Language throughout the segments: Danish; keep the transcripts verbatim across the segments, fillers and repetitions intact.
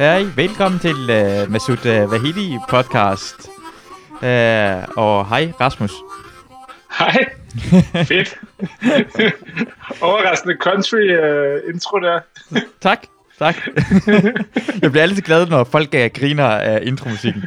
Hej, velkommen til uh, Masoud uh, Vahidi podcast. Uh, og hej Rasmus. Hej. Fedt. Overraskende country uh, intro der. Tak, tak. Jeg bliver altid glad, når folk uh, griner af intromusikken.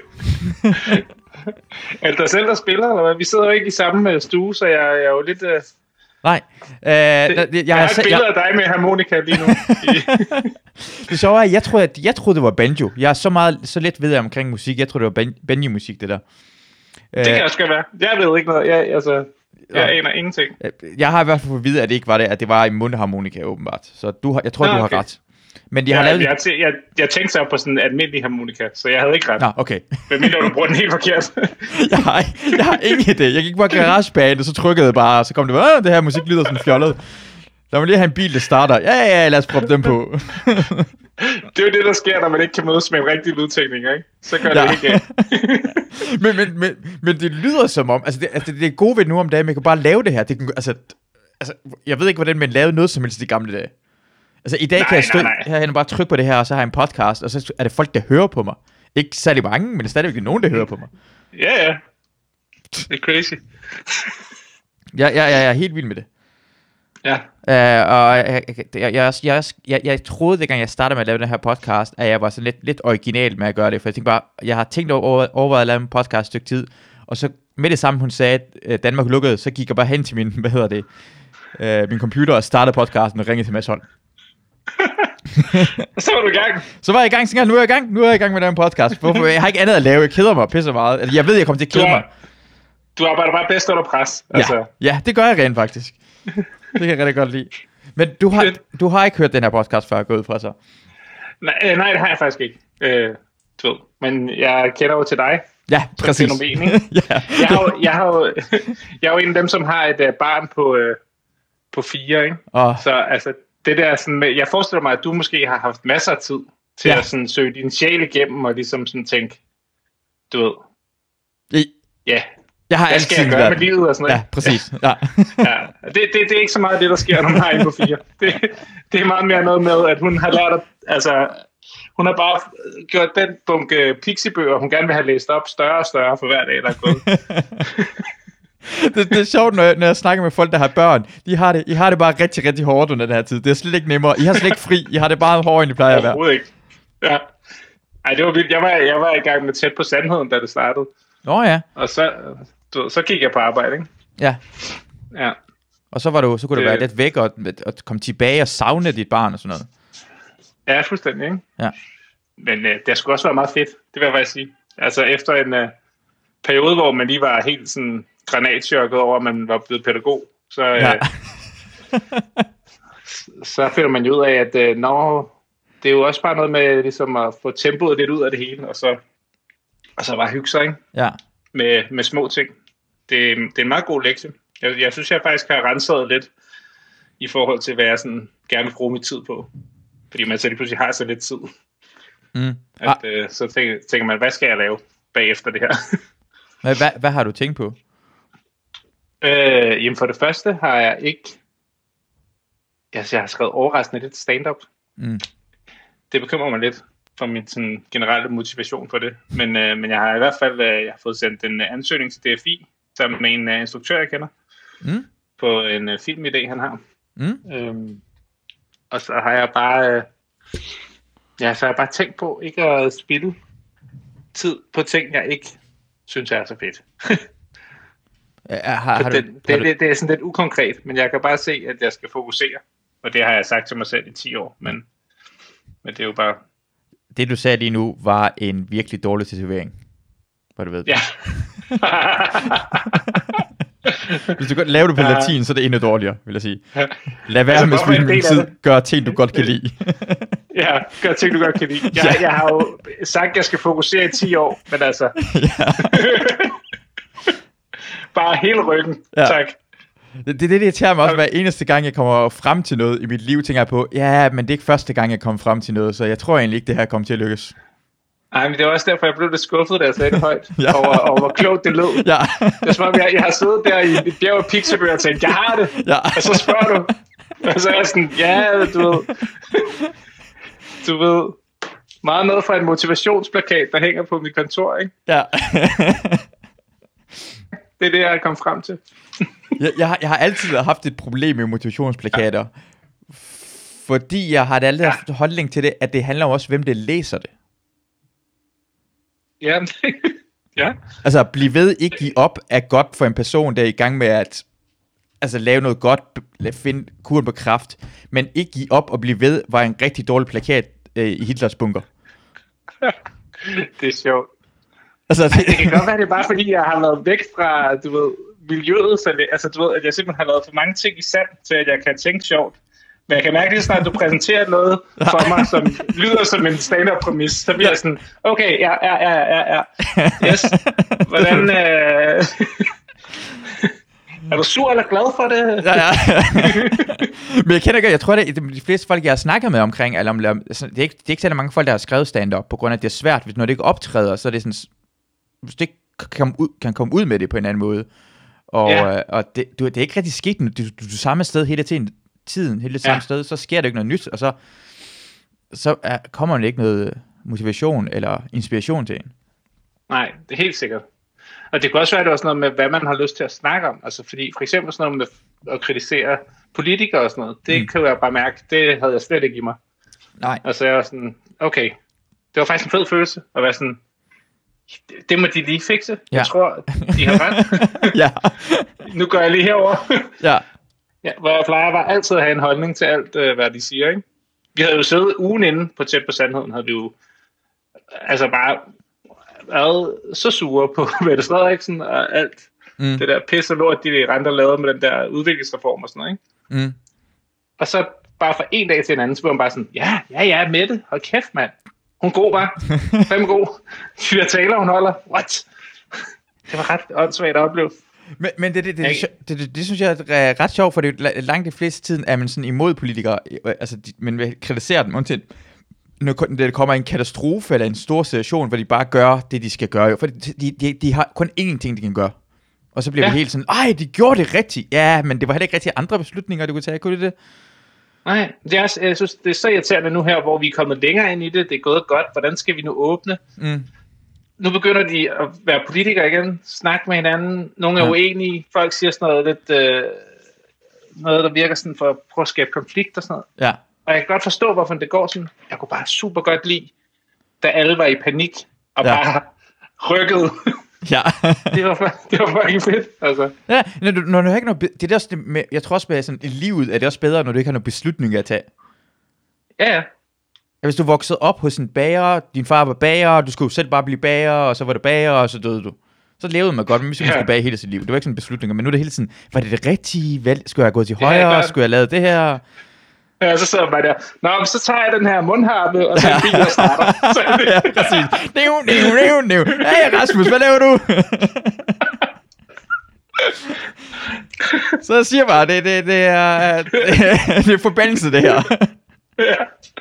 Er det dig selv, der spiller, eller hvad? Vi sidder jo ikke i samme stue, så jeg, jeg er jo lidt... Uh... Nej. Uh, det, jeg, jeg, jeg har et billede jeg... af dig med harmonika lige nu. Det sjove er, jeg troede, at, jeg troede, det var banjo. Jeg er så meget, så let ved jeg omkring musik. Jeg troede, det var ban- banjo-musik, det der. Det kan også godt være. Jeg ved ikke noget. Jeg, altså, jeg aner ingenting. Jeg har i hvert fald fået at vide, at det ikke var det, at det var en mundharmonika, åbenbart. Så du har, jeg tror, Nå, du har okay. ret. Men de ja, har lavet... jeg, jeg, jeg tænkte så på sådan en almindelig harmonika, så jeg havde ikke ret. Nå, okay. Hvad mindre du bruger den helt forkert? jeg, har, jeg har ingen idé. Jeg gik bare GarageBand, og så trykkede jeg bare, og så kom det bare, det her musik lyder sådan fjollet. Lad mig lige have en bil, der starter. Ja, ja, lad os proppe dem på. Det er jo det, der sker, når man ikke kan mødes med en rigtig lydteknik, ikke? Så gør det ja. ikke men, men, men, men det lyder som om, altså det, altså det er gode ved nu om dagen, man kan bare lave det her. Det kan, altså, altså, jeg ved ikke, hvordan man lavede noget som helst i de gamle dage. Altså i dag nej, kan jeg stå herhen og bare trykke på det her, og så har jeg en podcast, og så er det folk, der hører på mig. Ikke særlig mange, men det er stadigvæk nogen, der hører på mig. Ja, ja. Det er crazy. ja, ja, ja, jeg er helt vild med det. Ja. Uh, og jeg, jeg, jeg, jeg, jeg, jeg troede, dengang jeg startede med at lave den her podcast, at jeg var sådan lidt, lidt original med at gøre det. For jeg tænkte bare, jeg har tænkt over, overvejet at lave en podcast et stykke tid, og så med det samme, hun sagde, at Danmark lukkede, så gik jeg bare hen til min, hvad hedder det, uh, min computer og startede podcasten og ringede til Mads Holm. Så var du i gang. Så var jeg i gang, så nu er jeg i gang, nu er jeg i gang med den podcast. Hvorfor? Jeg har ikke andet at lave, jeg keder mig pisse meget. Altså, jeg ved, jeg kommer til at kede du mig. Du arbejder bare bedst under pres. Altså. Ja, ja, det gør jeg rent faktisk. Det kan jeg rigtig godt lide. Men du har, du har ikke hørt den her podcast før, gået fra så? Nej, nej, det har jeg faktisk ikke. Øh, du ved. Men jeg kender jo til dig. Ja, præcis. Fænomen, ja. jeg, har jo, jeg, har jo, jeg er jo en af dem, som har et uh, barn på, uh, på fire, ikke? Oh. Så altså, det der sådan med, jeg forestiller mig, at du måske har haft masser af tid til ja. at sådan, søge din sjæl igennem, og ligesom sådan tænke, du ved, I, ja, jeg har hvad skal jeg gøre med livet og sådan noget? Ja, præcis. Ja. ja, det, det, det er ikke så meget det, der sker, når man har en på fire. Det, det er meget mere noget med, at hun har lært at, altså, hun har bare gjort den bunke pixiebøger, hun gerne vil have læst op større og større for hver dag, der er gået. det, det er sjovt, når jeg, når jeg snakker med folk, der har børn. De har det, I har det bare rigtig, rigtig hårdt under den her tid. Det er slet ikke nemmere. I har slet ikke fri. I har det bare hårdere, end I plejer at være. Overhovedet ikke. Ja. Ej, det var vildt. Jeg var, jeg var i gang med tæt på sandheden, da det startede. Nå ja. Og så, du, så gik jeg på arbejde, ikke? Ja. Ja. Og så, var du, så kunne du det... være lidt væk og, og komme tilbage og savne dit barn og sådan noget. Ja, fuldstændig, ikke? Ja. Men øh, det skulle også være meget fedt. Det vil jeg faktisk sige. Altså efter en øh, periode, hvor man lige var helt sådan granatchokket over, at man var blevet pædagog, så, øh, ja. så finder man jo ud af, at øh, nå, det er jo også bare noget med ligesom at få tempoet lidt ud af det hele, og så, og så bare hygge sig, ikke? Ja. Med, med små ting. Det, det er en meget god lektie. Jeg, jeg synes, jeg faktisk har renset lidt i forhold til, hvad jeg sådan gerne vil bruge min tid på. Fordi man så lige pludselig har så lidt tid. Mm. At, ah. øh, så tænker, tænker man, hvad skal jeg lave bagefter det her? hvad, hvad, hvad har du tænkt på? Øh, jamen for det første har jeg ikke... Altså, jeg har skrevet overraskende lidt stand-up. Mm. Det bekymrer mig lidt for min sådan, generelle motivation for det. Men, øh, men jeg har i hvert fald øh, jeg har fået sendt en uh, ansøgning til D F I, sammen med en uh, instruktør, jeg kender. Mm. På en uh, filmidé, han har. Mm. Øhm, og så har jeg bare... Øh, ja, så har jeg bare tænkt på ikke at spilde tid på ting, jeg ikke synes er så fedt. Ja, har, har det, du, det, har det, det er sådan lidt ukonkret, men jeg kan bare se, at jeg skal fokusere. Og det har jeg sagt til mig selv i ti år, men, men det er jo bare... Det du sagde lige nu var en virkelig dårlig tatovering. Hvor du ved det. Ja. Hvis du godt laver det på ja. latin, så er det endnu dårligere, vil jeg sige. Lad være altså, med at spille min tid. Gør ting, du godt kan lide. Ja, gør ting, du godt kan lide. Jeg, ja. jeg har jo sagt, at jeg skal fokusere i ti år, men altså... Ja. Bare hele ryggen, ja. Tak. Det, det, det irriterer mig også, hver eneste gang, jeg kommer frem til noget i mit liv, tænker jeg på, ja, men det er ikke første gang, jeg kommer frem til noget, så jeg tror egentlig ikke, det her kommer til at lykkes. Nej, men det var også derfor, jeg blev lidt skuffet, da jeg sagde det højt, ja. over, over hvor klogt det lød. Ja. Det er som om, jeg, jeg har siddet der i et bjerg af pixiebøger og tænkt, jeg har det, ja. Og så spørger du, og så er jeg sådan, ja, du ved, du ved, Meget noget fra en motivationsplakat, der hænger på mit kontor, ikke? Ja. Det er det, jeg er kommet frem til. jeg, jeg, har, jeg har altid haft et problem med motivationsplakater, ja. Fordi jeg har altid haft ja. holdning til det, at det handler om også, hvem det læser det. Ja, ja. Altså, blive ved, ikke give op, er godt for en person, der er i gang med at altså, lave noget godt, finde kuren på kræft, men ikke give op og blive ved, var en rigtig dårlig plakat øh, i Hitlers bunker. Det er sjovt. Altså, det... det kan godt være, det er bare fordi, jeg har været væk fra, du ved, miljøet, så det, altså, du ved, at jeg simpelthen har lavet for mange ting i sand, til at jeg kan tænke sjovt. Men jeg kan mærke lige snart, at du præsenterer noget for mig, som lyder som en stand-up-præmis. Så bliver jeg sådan, okay, ja, ja, ja, ja, ja. Yes. Hvordan... Øh... er du sur eller glad for det? Ja, ja. Men jeg kender ikke, jeg tror, at de fleste folk, jeg har snakket med omkring, eller om, det, er ikke, det er ikke så mange folk, der har skrevet stand-up, på grund af, at det er svært. Hvis når det ikke optræder, så er det sådan, hvis det ikke kan, ud, kan komme ud med det på en anden måde. Og, ja. og det, du, det er ikke rigtig skidt, du, du, du er samme sted hele tiden. tiden hele det samme ja. sted, så sker der ikke noget nyt, og så, så er, kommer der ikke noget motivation eller inspiration til en. Nej, det er helt sikkert. Og det kan også være, at det er også noget med, hvad man har lyst til at snakke om. Altså fordi for eksempel sådan noget med at kritisere politikere og sådan noget, det mm. kan jeg bare mærke, det havde jeg slet ikke i mig. Nej. Altså jeg var sådan, okay, det var faktisk en fed følelse at være sådan, det, det må de lige fikse. Ja. Jeg tror, de har ret. Ja. Nu går jeg lige herover. Ja. Ja, hvor jeg plejer bare altid at have en holdning til alt, øh, hvad de siger, ikke? Vi havde jo siddet ugen inden på Tæt på Sandheden, havde vi jo altså bare været så sure på Mette Frederiksen og alt mm. det der pisse og lort, de rent og lavede med den der udviklingsreform og sådan noget, ikke? Mm. Og så bare fra en dag til en anden, så var man bare sådan, ja, ja, ja, Mette, hold kæft, mand. Hun er god, var. Fem god. De der taler, hun holder. What? Det var ret åndssvagt at opleve. Men, men det, det, det, det, det, det, det synes jeg er ret sjovt, for det er langt de fleste tiden, er man sådan imod politikere, altså de, man vil kritisere dem, undtil når det kommer en katastrofe eller en stor situation, hvor de bare gør det, de skal gøre. For de, de, de har kun én ting, de kan gøre. Og så bliver ja. vi helt sådan, ej, de gjorde det rigtigt. Ja, men det var heller ikke rigtig andre beslutninger, du kunne tage. Kunne det det? Nej, det er også, jeg synes, det er så irriterende nu her, hvor vi er kommet længere ind i det. Det er gået godt. Hvordan skal vi nu åbne? Mm. Nu begynder de at være politikere igen, snakke med hinanden. Nogle er ja. uenige. Folk siger sådan noget lidt, øh, noget der virker sådan for at prøve at skabe konflikt og sådan noget. Ja. Og jeg kan godt forstå, hvorfor det går sådan. Jeg kunne bare super godt lide, da alle var i panik og ja. bare rykkede. Ja. det var det var fucking fedt, altså. Ja, når du, når du ikke noget, det er også det med, jeg tror også med sådan i livet er det også bedre, når du ikke har nogen beslutninger at tage. Ja, ja. Hvis du voksede op hos en bager, din far var bager, du skulle selv bare blive bager, og så var du bager, og så døde du. Så levede man godt, men hvis man skulle bage hele sit liv. Det var ikke sådan en beslutning, men nu er det hele sådan, var det det rigtige valg? Skulle jeg have gået til højre? Ja, skulle jeg have lavet det her? Ja, så sidder man der. Nå, så tager jeg den her mundharpe, og så en bil, der starter. Så er det. Ja, præcis. Næv, næv, næv, næv. Hey, Rasmus, hvad laver du? Så siger jeg bare, det, det, det er det, det er forbandelse, det her. Ja.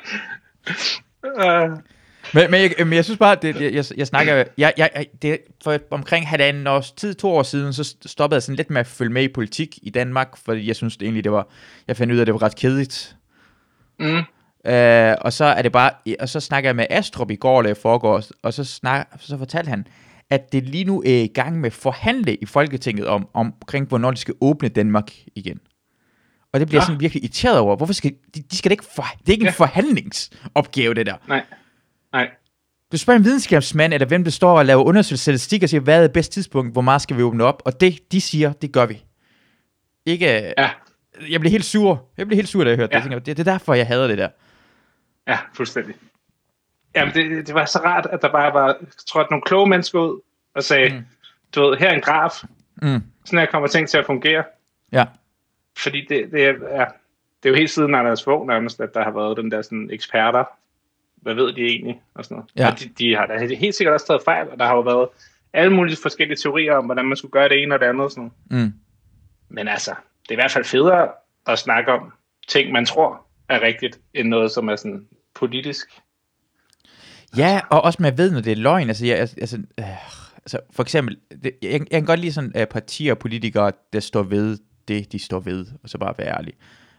Uh. Men, men, jeg, men jeg synes bare, det, jeg, jeg snakker, jeg, jeg, det, for omkring halvanden års tid, to år siden, så stoppede jeg sådan lidt med at følge med i politik i Danmark, fordi jeg synes det egentlig, det var, jeg fandt ud af, at det var ret kedeligt. Mm. Uh, og så er det bare, og så snakker jeg med Astrup i går, eller i forgårs, og så, snak, så fortalte han, at det lige nu er i gang med forhandle i Folketinget om, omkring, hvornår de skal åbne Danmark igen. Og det bliver ja. sådan virkelig irriteret over. Hvorfor skal de, de skal det ikke for, det er ikke en ja. forhandlingsopgave, det der. Nej. Nej. Du spørger en videnskabsmand, eller hvem der står og laver undersøgelsesstatistik og siger, hvad er det bedste tidspunkt, hvor meget skal vi åbne op? Og det, de siger, det gør vi. Ikke... Ja. Jeg blev helt sur. Jeg blev helt sur, da jeg hørte ja. det. Det er derfor, jeg hader det der. Ja, fuldstændig. Jamen, det, det var så rart, at der bare var, jeg tror, at nogle kloge mennesker ud og sagde, mm. du ved, her er en graf. Mm. Sådan her kommer ting til at fungere. Ja. Fordi det, det, er, ja, det er jo helt siden Anders Fogh nærmest, at der har været den der sådan eksperter. Hvad ved de egentlig? Og sådan noget. Ja. Og de, de har da helt sikkert også taget fejl, og der har jo været alle mulige forskellige teorier om, hvordan man skulle gøre det ene og det andet. Og sådan noget. Mm. Men altså, det er i hvert fald federe at snakke om ting, man tror er rigtigt, end noget, som er sådan politisk. Ja, og også med at ved, når det er løgn. Altså, jeg, altså, øh, altså for eksempel, det, jeg, jeg kan godt lide sådan uh, partier og politikere, der står ved det, de står ved, og så bare være ærlige.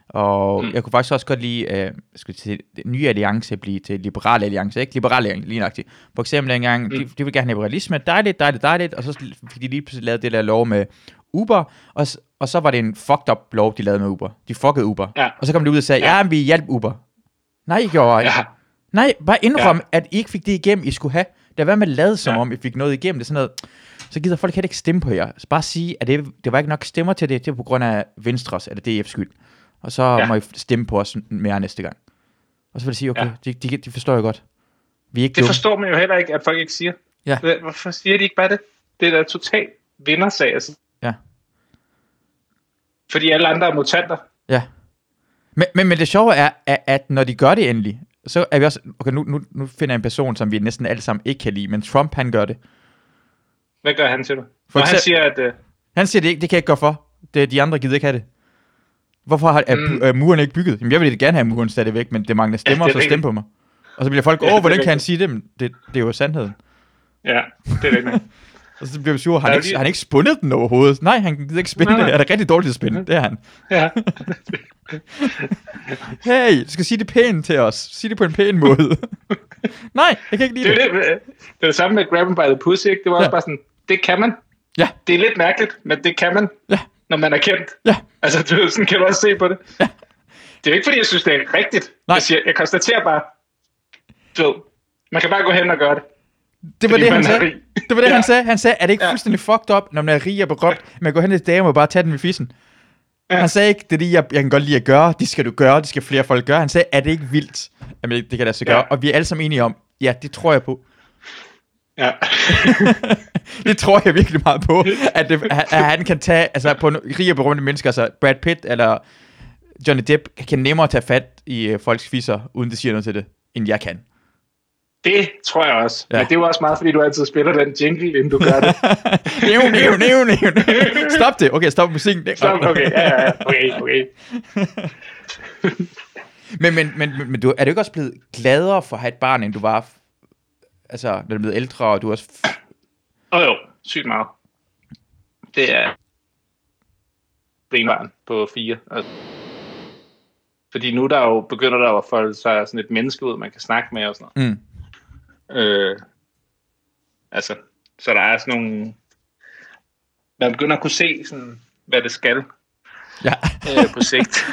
Og Mm. jeg kunne faktisk også godt lide, øh, skal jeg sige, den nye alliance blive til Liberal Alliance, ikke? Liberal Alliance, lige nøjagtigt. For eksempel engang, mm. de, de ville gerne have liberalisme, dejligt, dejligt, dejligt, og så fik de lige pludselig lavet det der lov med Uber, og, og så var det en fucked up lov, de lavede med Uber. De fuckede Uber. Ja. Og så kom de ud og sagde, ja, ja vi hjalp Uber. Nej, I gjorde ikke. Ja. Nej, bare indrøm, Ja. at I ikke fik det igennem, I skulle have. Det er hvad med at lade som Ja. om, I fik noget igennem. Det er sådan noget, så gider folk heller ikke stemme på jer. Så bare sige, at det, det var ikke nok stemmer til det, det var på grund af Venstres eller D F's skyld. Og så ja. må I stemme på os mere næste gang. Og så vil jeg sige, okay, ja. de, de, de forstår jeg godt. Vi er ikke Det dumme. forstår man jo heller ikke, at folk ikke siger. Ja. Hvorfor siger de ikke bare det? Det er da totalt vindersag. Altså. Ja. Fordi alle andre er mutanter. Ja. Men, men, men det sjove er, at, at når de gør det endelig, så er vi også, okay, nu, nu, nu finder jeg en person, som vi næsten alle sammen ikke kan lide, men Trump, han gør det. Hvad gør han til dig? For Når han eksempel- siger, at... Uh... Han siger det ikke, det kan jeg ikke gøre for. Det, de andre gider ikke have det. Hvorfor har, er, Mm. er muren ikke bygget? Jamen, jeg vil gerne have muren stadigvæk, men det mangler stemmer, Ja, det så er stem rigtigt. på mig. Og så bliver folk, Ja, åh, det er hvordan kan han rigtigt. sige det? Men det, det er jo sandheden. Ja, det er rigtigt. Og så bliver vi sure, har Der han er ikke, lige- har han ikke spundet den overhovedet? Nej, han gider ikke spænde Nej, det. nej. Er det rigtig dårligt til at spænde? Det er han. Ja. Hey, du skal sige det pænt til os. Sig det på en pæn måde. Nej, jeg kan ikke lide Det det. er det, det er det samme med Grab 'em by the Pussy, ikke? Det var også Ja. bare sådan, det kan man. Ja, Det er lidt mærkeligt, men det kan man, ja, når man er kendt. ja. Altså, du, ved, sådan kan du også se på det. Ja. Det er jo ikke, fordi jeg synes, det er rigtigt. Nej. Jeg, siger, jeg konstaterer bare, du ved, man kan bare gå hen og gøre det. Det var Fordi det, han man er sagde. rig. Det var det, Ja. han sagde. Han sagde, er det ikke Ja. fuldstændig fucked up, når man er rig og berømt, man går hen til damer og bare tager den ved fissen? Ja. Han sagde ikke, det er det, jeg, jeg kan godt lide at gøre, det skal du gøre, det skal flere folk gøre. Han sagde, er det ikke vildt? Jamen, det kan lade sig gøre. Ja. Og vi er alle sammen enige om, ja, det tror jeg på. Ja. Det tror jeg virkelig meget på, at, det, at han kan tage, altså på rige og berømte mennesker, altså Brad Pitt eller Johnny Depp, kan nemmere tage fat i uh, folks fisser, uden det siger noget til det, end jeg kan. Det tror jeg også. Ja. Men det er jo også meget, fordi du altid spiller den jingle, inden du gør det. Næv, næv, næv, næv. Stop det. Okay, stop musikken. Så, okay, ja, ja, okay, okay. Men, men, men, men, men du, er du ikke også blevet gladere for at have et barn, end du var, f- altså, når du er blevet ældre, og du er også... F- Åh oh, jo, sygt meget. Det er primært på fire. Altså. Fordi nu der jo begynder der jo at folde sig sådan et menneske ud, man kan snakke med og sådan noget. mm. Øh, altså, så der er sådan nogle... Man begynder at kunne se, sådan, hvad det skal Ja. øh, på sigt.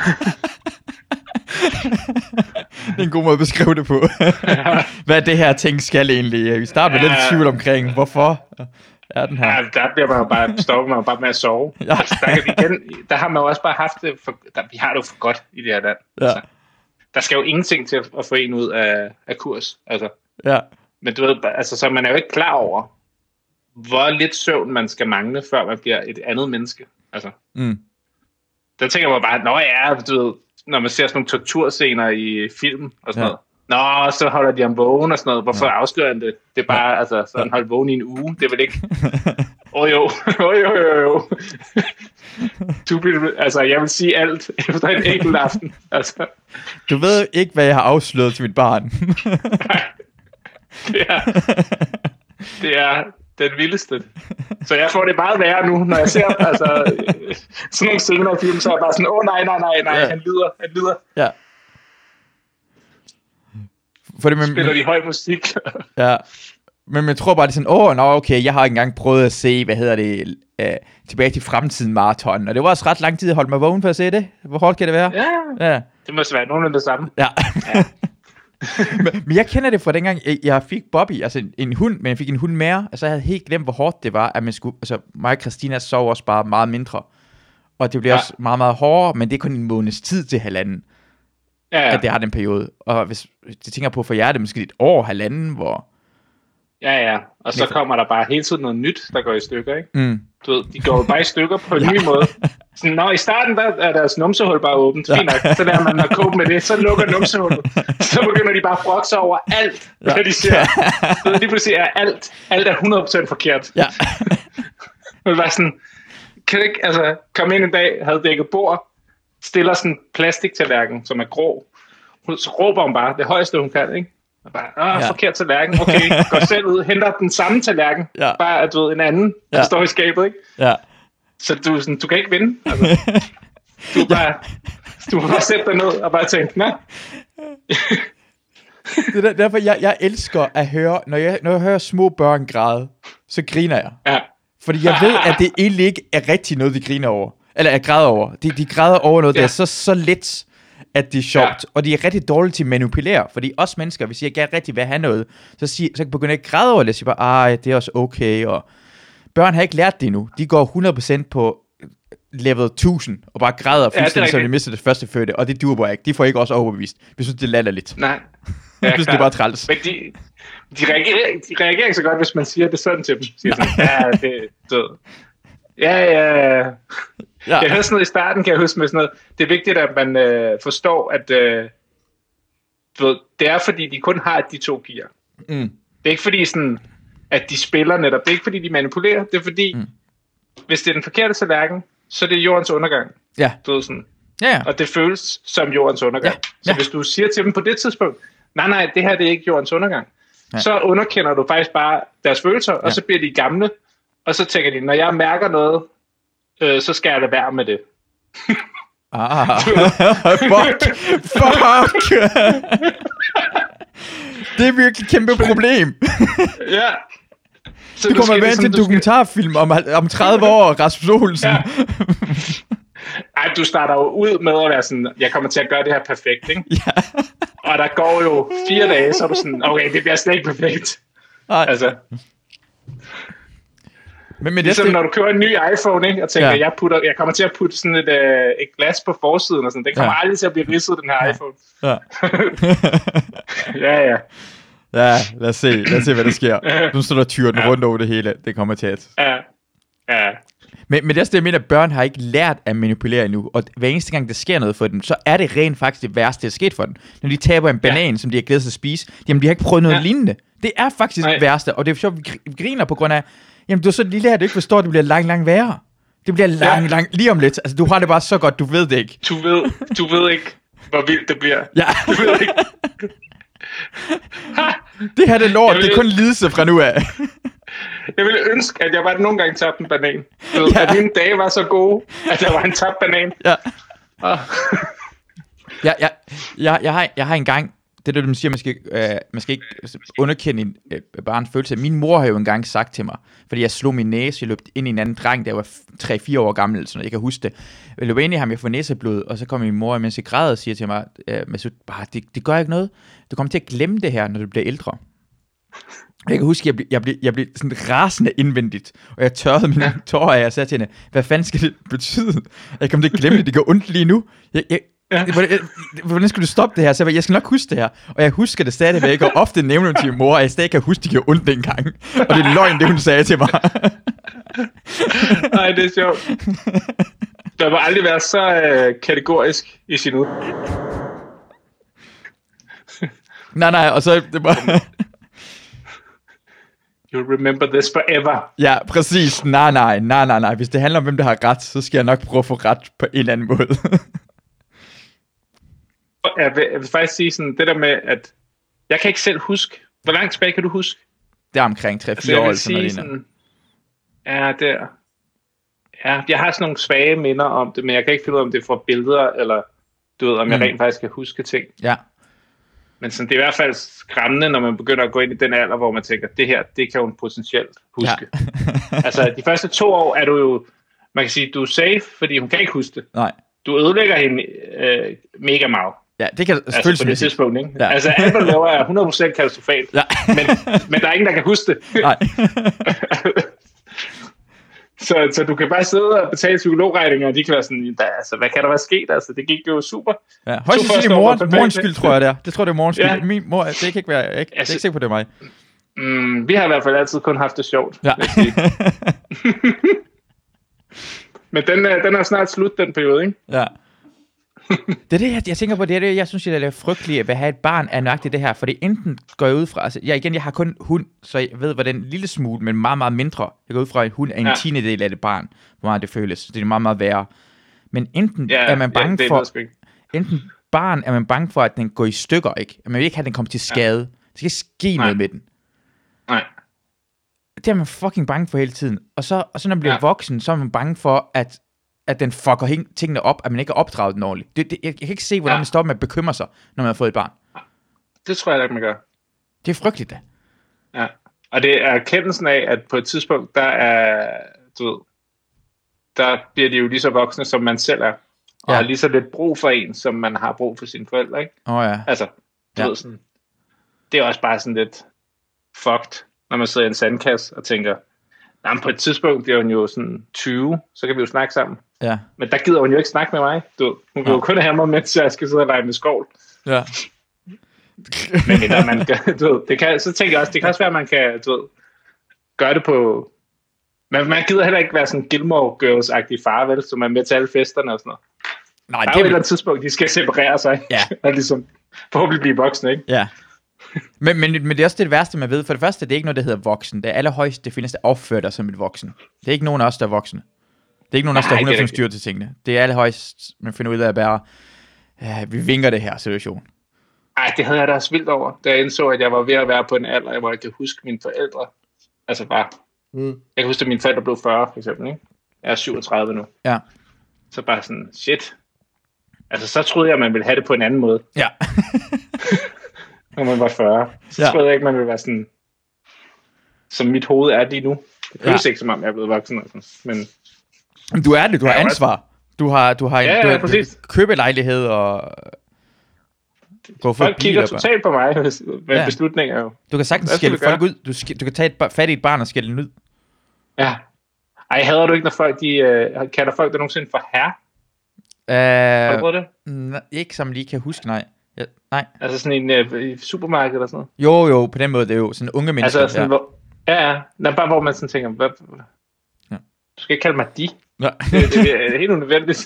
Det er en god måde at beskrive det på. Hvad det her ting skal egentlig? Vi starter med lidt Ja. tvivl omkring, hvorfor er den her? Ja, der bliver man jo bare, stopper man jo bare med at sove. Ja. Altså, der, kan vi igen, der har man jo også bare haft det for, der, vi har det jo for godt i det her land. Ja. Altså, der skal jo ingenting til at, at få en ud af, af kurs. Altså. Ja. Men du ved, altså, så man er jo ikke klar over, hvor lidt søvn man skal mangle, før man bliver et andet menneske. Altså. Mm. Der tænker man bare, nå ja, du ved, når man ser sådan nogle torturscener i film og sådan Ja. noget. Nå, så holder de ham vågen og sådan noget. Hvorfor ja. afslører han det? Det er bare, ja. altså, så han holdt vågen i en uge. Det er vel ikke... Åh oh, jo, åh oh, jo, jo, jo. Du bliver, altså, jeg vil sige alt efter en enkelt aften. Altså, Du ved ikke, hvad jeg har afsløret til mit barn. det er, det er den vildeste. Så jeg får det meget værre nu, når jeg ser altså, sådan nogle scener i film, så er jeg bare sådan, åh oh, nej, nej, nej, nej, Ja. han lider, han lider. Ja. For det, men, Spiller de høj musik. ja. Men jeg tror bare, det er sådan, åh, oh, nå, okay, jeg har ikke engang prøvet at se, hvad hedder det, øh, tilbage til fremtiden maraton. Og det var også ret lang tid at holde mig vågen for at se det. Hvor hårdt kan det være? Ja, Ja. det må være nogenlunde det samme. Ja. Ja. men, men jeg kender det fra dengang, jeg, jeg fik Bobby, altså en, en hund, men jeg fik en hund mere, altså jeg havde helt glemt, hvor hårdt det var, at man skulle, altså mig og Christina sov også bare meget mindre. Og det bliver Ja. også meget, meget hårdere, men det er kun en måneds tid til halvanden, Ja, ja. at det har den periode. Og hvis jeg tænker på for jer, det er måske et år, halvanden, hvor... Ja, ja. Og så kommer der bare hele tiden noget nyt, der går i stykker, ikke? Mm. Du ved, de går jo bare i stykker på en ja. ny måde. Sådan, når i starten, der er deres numsehul bare åbent. Fint nok. Så lærer man at cope med det. Så lukker numsehullet. Så begynder de bare at brokke sig over alt, hvad ja. de ser. Så lige pludselig er alt, alt er hundrede procent forkert. Ja. Det var sådan, kan du ikke, altså, komme ind en dag, havde dækket bord, stiller sådan en plastiktallerken, som er grå. Så råber hun bare det højeste, hun kan, ikke? Og bare, åh, Ja. forkert tallerken. Okay, går selv ud, henter den samme tallerken. Ja. Bare, at du ved, en anden, der Ja. står i skabet, ikke? Ja. Så du, sådan, du kan ikke vinde. Altså, du er bare Du må bare sætte dig ned og bare tænke, nej. Det er derfor, jeg, jeg elsker at høre, når jeg, når jeg hører små børn græde, så griner jeg. Ja. Fordi jeg ved, at det egentlig ikke er rigtig noget, de griner over. Eller er græder over. De, de græder over noget, ja. der er så, så let, at det er sjovt. Ja. Og de er rigtig dårlige til at manipulere. Fordi os mennesker, hvis jeg gerne rigtig vil have noget, så, siger, så begynder jeg at græde over det. Så siger bare, ej, det er også okay. Og børn har ikke lært det endnu. De går hundrede procent på level tusind, og bare græder fuldstændig, ja, så de mister det første fødte. Og det duer bare ikke. De får ikke også overbevist. Vi synes, det lader lidt. Nej. Ja, jeg synes, det er bare træls. Men de, de, reagerer, de reagerer ikke så godt, hvis man siger det sådan til dem. Siger sådan, ja, det er død. Ja, ja, ja. Jeg havde sådan noget i starten, kan jeg huske med sådan noget. Det er vigtigt, at man øh, forstår, at øh, du ved, det er fordi, de kun har de to gear. Mm. Det er ikke fordi, sådan, at de spiller netop. Det er ikke fordi, de manipulerer. Det er fordi, mm. hvis det er den forkerte tallerken, så er det jordens undergang. Ja. Du ved, sådan. Ja, ja. Og det føles som jordens undergang. Ja. Så ja. hvis du siger til dem på det tidspunkt, nej, nej, det her det er ikke jordens undergang, ja. så underkender du faktisk bare deres følelser, og ja. så bliver de gamle, og så tænker de, når jeg mærker noget, øh, så skal jeg lade være med det. Ah, fuck, fuck. Det er virkelig et kæmpe problem. Ja. Så du kommer med til en dokumentarfilm om, om tredive år, Rasmus Olsen. Ja. Ej, du starter jo ud med at være sådan, jeg kommer til at gøre det her perfekt, ikke? Ja. Og der går jo fire dage, så er du sådan, okay, det bliver slet ikke perfekt. Ej. Altså. Men med ligesom det, når du køber en ny iPhone, ikke? Og tænker, ja. jeg, putter, jeg kommer til at putte sådan et, øh, et glas på forsiden, og sådan. Den kommer ja. aldrig til at blive ridset, den her ja. iPhone. Ja. ja, ja. Ja, lad os se, lad os se, hvad der sker. Nu står der tyrer den ja. rundt over det hele. Det kommer til at... Ja, ja. Men, men det er det, jeg mener, at børn har ikke lært at manipulere endnu. Og hver eneste gang, der sker noget for dem, så er det rent faktisk det værste, der er sket for dem. Når de taber en banan, ja. som de har glædet sig at spise, jamen de har ikke prøvet noget ja. lignende. Det er faktisk Nej. det værste, og det er sjovt, vi griner på grund af, jamen du er så lille her, du ikke forstår, at det bliver langt, langt værre. Det bliver langt, ja. langt, lige om lidt. Altså du har det bare så godt, du ved det ikke. Du ved, du ved ikke, hvor vildt det bliver. Ja. Du ved ikke. Det her det lort, vil... det er kun lidelse fra nu af. Jeg ville ønske, at jeg bare nogle gange tabte en banan. Ved, ja. At mine dage var så gode, at der var en tabt banan. Ja. Oh. ja, ja, jeg, jeg, har, jeg har engang, det er det, man siger, man skal, øh, man skal ikke underkende en øh, barns følelse. Min mor har jo engang sagt til mig, fordi jeg slog min næse, jeg løb ind i en anden dreng, der var tre fire år gammel, eller sådan noget, jeg kan huske det. Jeg løb ind i ham, jeg får næseblod, og så kom min mor, mens jeg græd, og siger til mig, øh, Masud, bare, det, det gør ikke noget. Du kommer til at glemme det her, når du bliver ældre. Jeg kan huske, at jeg blev, jeg blev, jeg blev sådan rasende indvendigt, og jeg tørrede mine ja. tårer af, og jeg sagde til hende, hvad fanden skal det betyde? Jeg kommer til at glemme det, det går ondt lige nu. Jeg, jeg, ja. hvordan, hvordan skal du stoppe det her? Så jeg, jeg skal nok huske det her, og jeg husker det stadigvæk, og ofte nævner hun til min mor, og jeg stadig kan huske, det gjorde ondt dengang. Og det er løgn, det hun sagde til mig. Nej, det er sjovt. Der må aldrig være så øh, kategorisk i sin ud. nej, nej, og så det var... You'll remember this forever. Ja, præcis. Nej, nej, nej, nej, nej. Hvis det handler om, hvem der har ret, så skal jeg nok prøve at få ret på en eller anden måde. jeg, vil, jeg vil faktisk sige sådan, det der med, at jeg kan ikke selv huske. Hvor langt tilbage kan du huske? Det er omkring tre fire altså, år. Sådan sådan, ja, det er. Ja, jeg har sådan nogle svage minder om det, men jeg kan ikke finde ud af, om det er fra billeder, eller du ved, om jeg mm. rent faktisk kan huske ting. Ja. Men sådan, det er i hvert fald skræmmende, når man begynder at gå ind i den alder, hvor man tænker, det her, det kan hun potentielt huske. Ja. Altså, de første to år er du jo, man kan sige, du er safe, fordi hun kan ikke huske det. Nej. Du ødelægger hende øh, mega meget. Ja, det kan selvfølgelig altså, på det tidspunkt, ikke? Ja. Altså, alt, hvad du laver, er hundrede procent katastrofalt. Ja. men, men der er ingen, der kan huske det. Nej. så, så du kan bare sidde og betale psykologregninger, og de kan være sådan, altså, hvad kan der være sket? Altså, det gik jo super. Ja, højst sandsynligt morgen, morgens skyld, tror jeg det er. Det tror jeg, det er morgens skyld. Ja. Min mor, det kan ikke være, jeg, altså, jeg er ikke sikker på, det er mig. Mm, vi har i hvert fald altid kun haft det sjovt. Ja. Men den, den er snart slut, den periode, ikke? Ja. Det er det, jeg, jeg tænker på, det er det, jeg synes, det er frygteligt at have et barn af nøjagtigt det her, for det enten går jeg ud fra, altså jeg, igen, jeg har kun hund, så jeg ved, hvordan en lille smule, men meget, meget mindre, jeg går ud fra, at en hund er en ja. tiende del af det barn, hvor meget det føles, det er meget, meget værre. Men enten ja, er man bange ja, for, enten barn er man bange for, at den går i stykker, ikke? At man vil ikke have, at den kommer til skade. Ja. Det skal ske Nej. noget med den. Nej. Det er man fucking bange for hele tiden. Og så, og så når man bliver ja. voksen, så er man bange for, at at den fucker tingene op, at man ikke har opdraget den ordentligt. Det, det, jeg, jeg kan ikke se, hvordan ja. man stopper med at bekymre sig, når man har fået et barn. Det tror jeg ikke, man gør. Det er frygteligt, da. Ja, og det er erkendelsen af, at på et tidspunkt, der er, du ved, der bliver de jo lige så voksne, som man selv er. Og ja. har lige så lidt brug for en, som man har brug for sine forældre, ikke? Åh oh, ja. Altså, du ja. ved sådan, det er også bare sådan lidt fucked, når man sidder i en sandkasse og tænker, nej, på et tidspunkt bliver hun jo sådan tyve, så kan vi jo snakke sammen. Ja. Men der gider hun jo ikke snakke med mig. Du, hun kan ja. jo kun have mig, mens jeg skal sidde og lege med skovl. Ja. Men når man gør, du ved, det kan, så tænker jeg også, det kan også være, at man kan, du ved, gøre det på... Men man gider heller ikke være sådan Gilmore Girls-agtig far, vel? Så man er med til alle festerne og sådan noget. Nej, der er jo et eller andet tidspunkt, de skal separere sig. Ja. Og ligesom forhåbentlig blive voksne, ikke? Ja. Men, men, men det er også det værste, man ved. For det første, det er ikke noget, der hedder voksen. Det er allerhøjst, det findes, der opfører dig som et voksen. Det er ikke nogen af os, der er voksne. Det er ikke nogen af os, der er hundrede procent styr til tingene. Det er allerhøjst, man finder ud af at bare, ja, vi vinker det her situation. Ej, det havde jeg da også vildt over, da jeg indså, at jeg var ved at være på en alder, hvor jeg kan huske mine forældre. Altså bare, mm. jeg kan huske, at mine forældre blev fyrre, for eksempel, ikke? Jeg er syvogtredive nu. Ja. Så bare sådan, shit. Altså, så troede jeg, at man ville have det på en anden måde. Ja. Når man var fyrre. Så ja. troede jeg ikke, man ville være sådan, som mit hoved er lige nu. Det føles ja. ikke, som om jeg er blevet voksen. Altså. Men du er det, du har ansvar. Du har, du har en ja, ja, du har, købelejlighed og... Gå for folk kigger totalt på mig med ja. beslutninger jo. Du kan sagtens skælde folk ud. Du, sk- du kan tage et fat i et barn og skælde den ud. Ja. Ej, hader du ikke, når folk, de uh, kalder folk der nogensinde for herre? Uh, Har du prøvet det? N- ikke som lige kan huske, nej. Ja, nej. Altså sådan en uh, i supermarked eller sådan noget? Jo, jo, på den måde, det er jo sådan unge mennesker. Altså sådan, ja. Hvor, ja, ja. Nå, bare hvor man sådan tænker, hvad, ja. Du skal ikke kalde mig de. Ja. det, det, det er helt unødvendigt.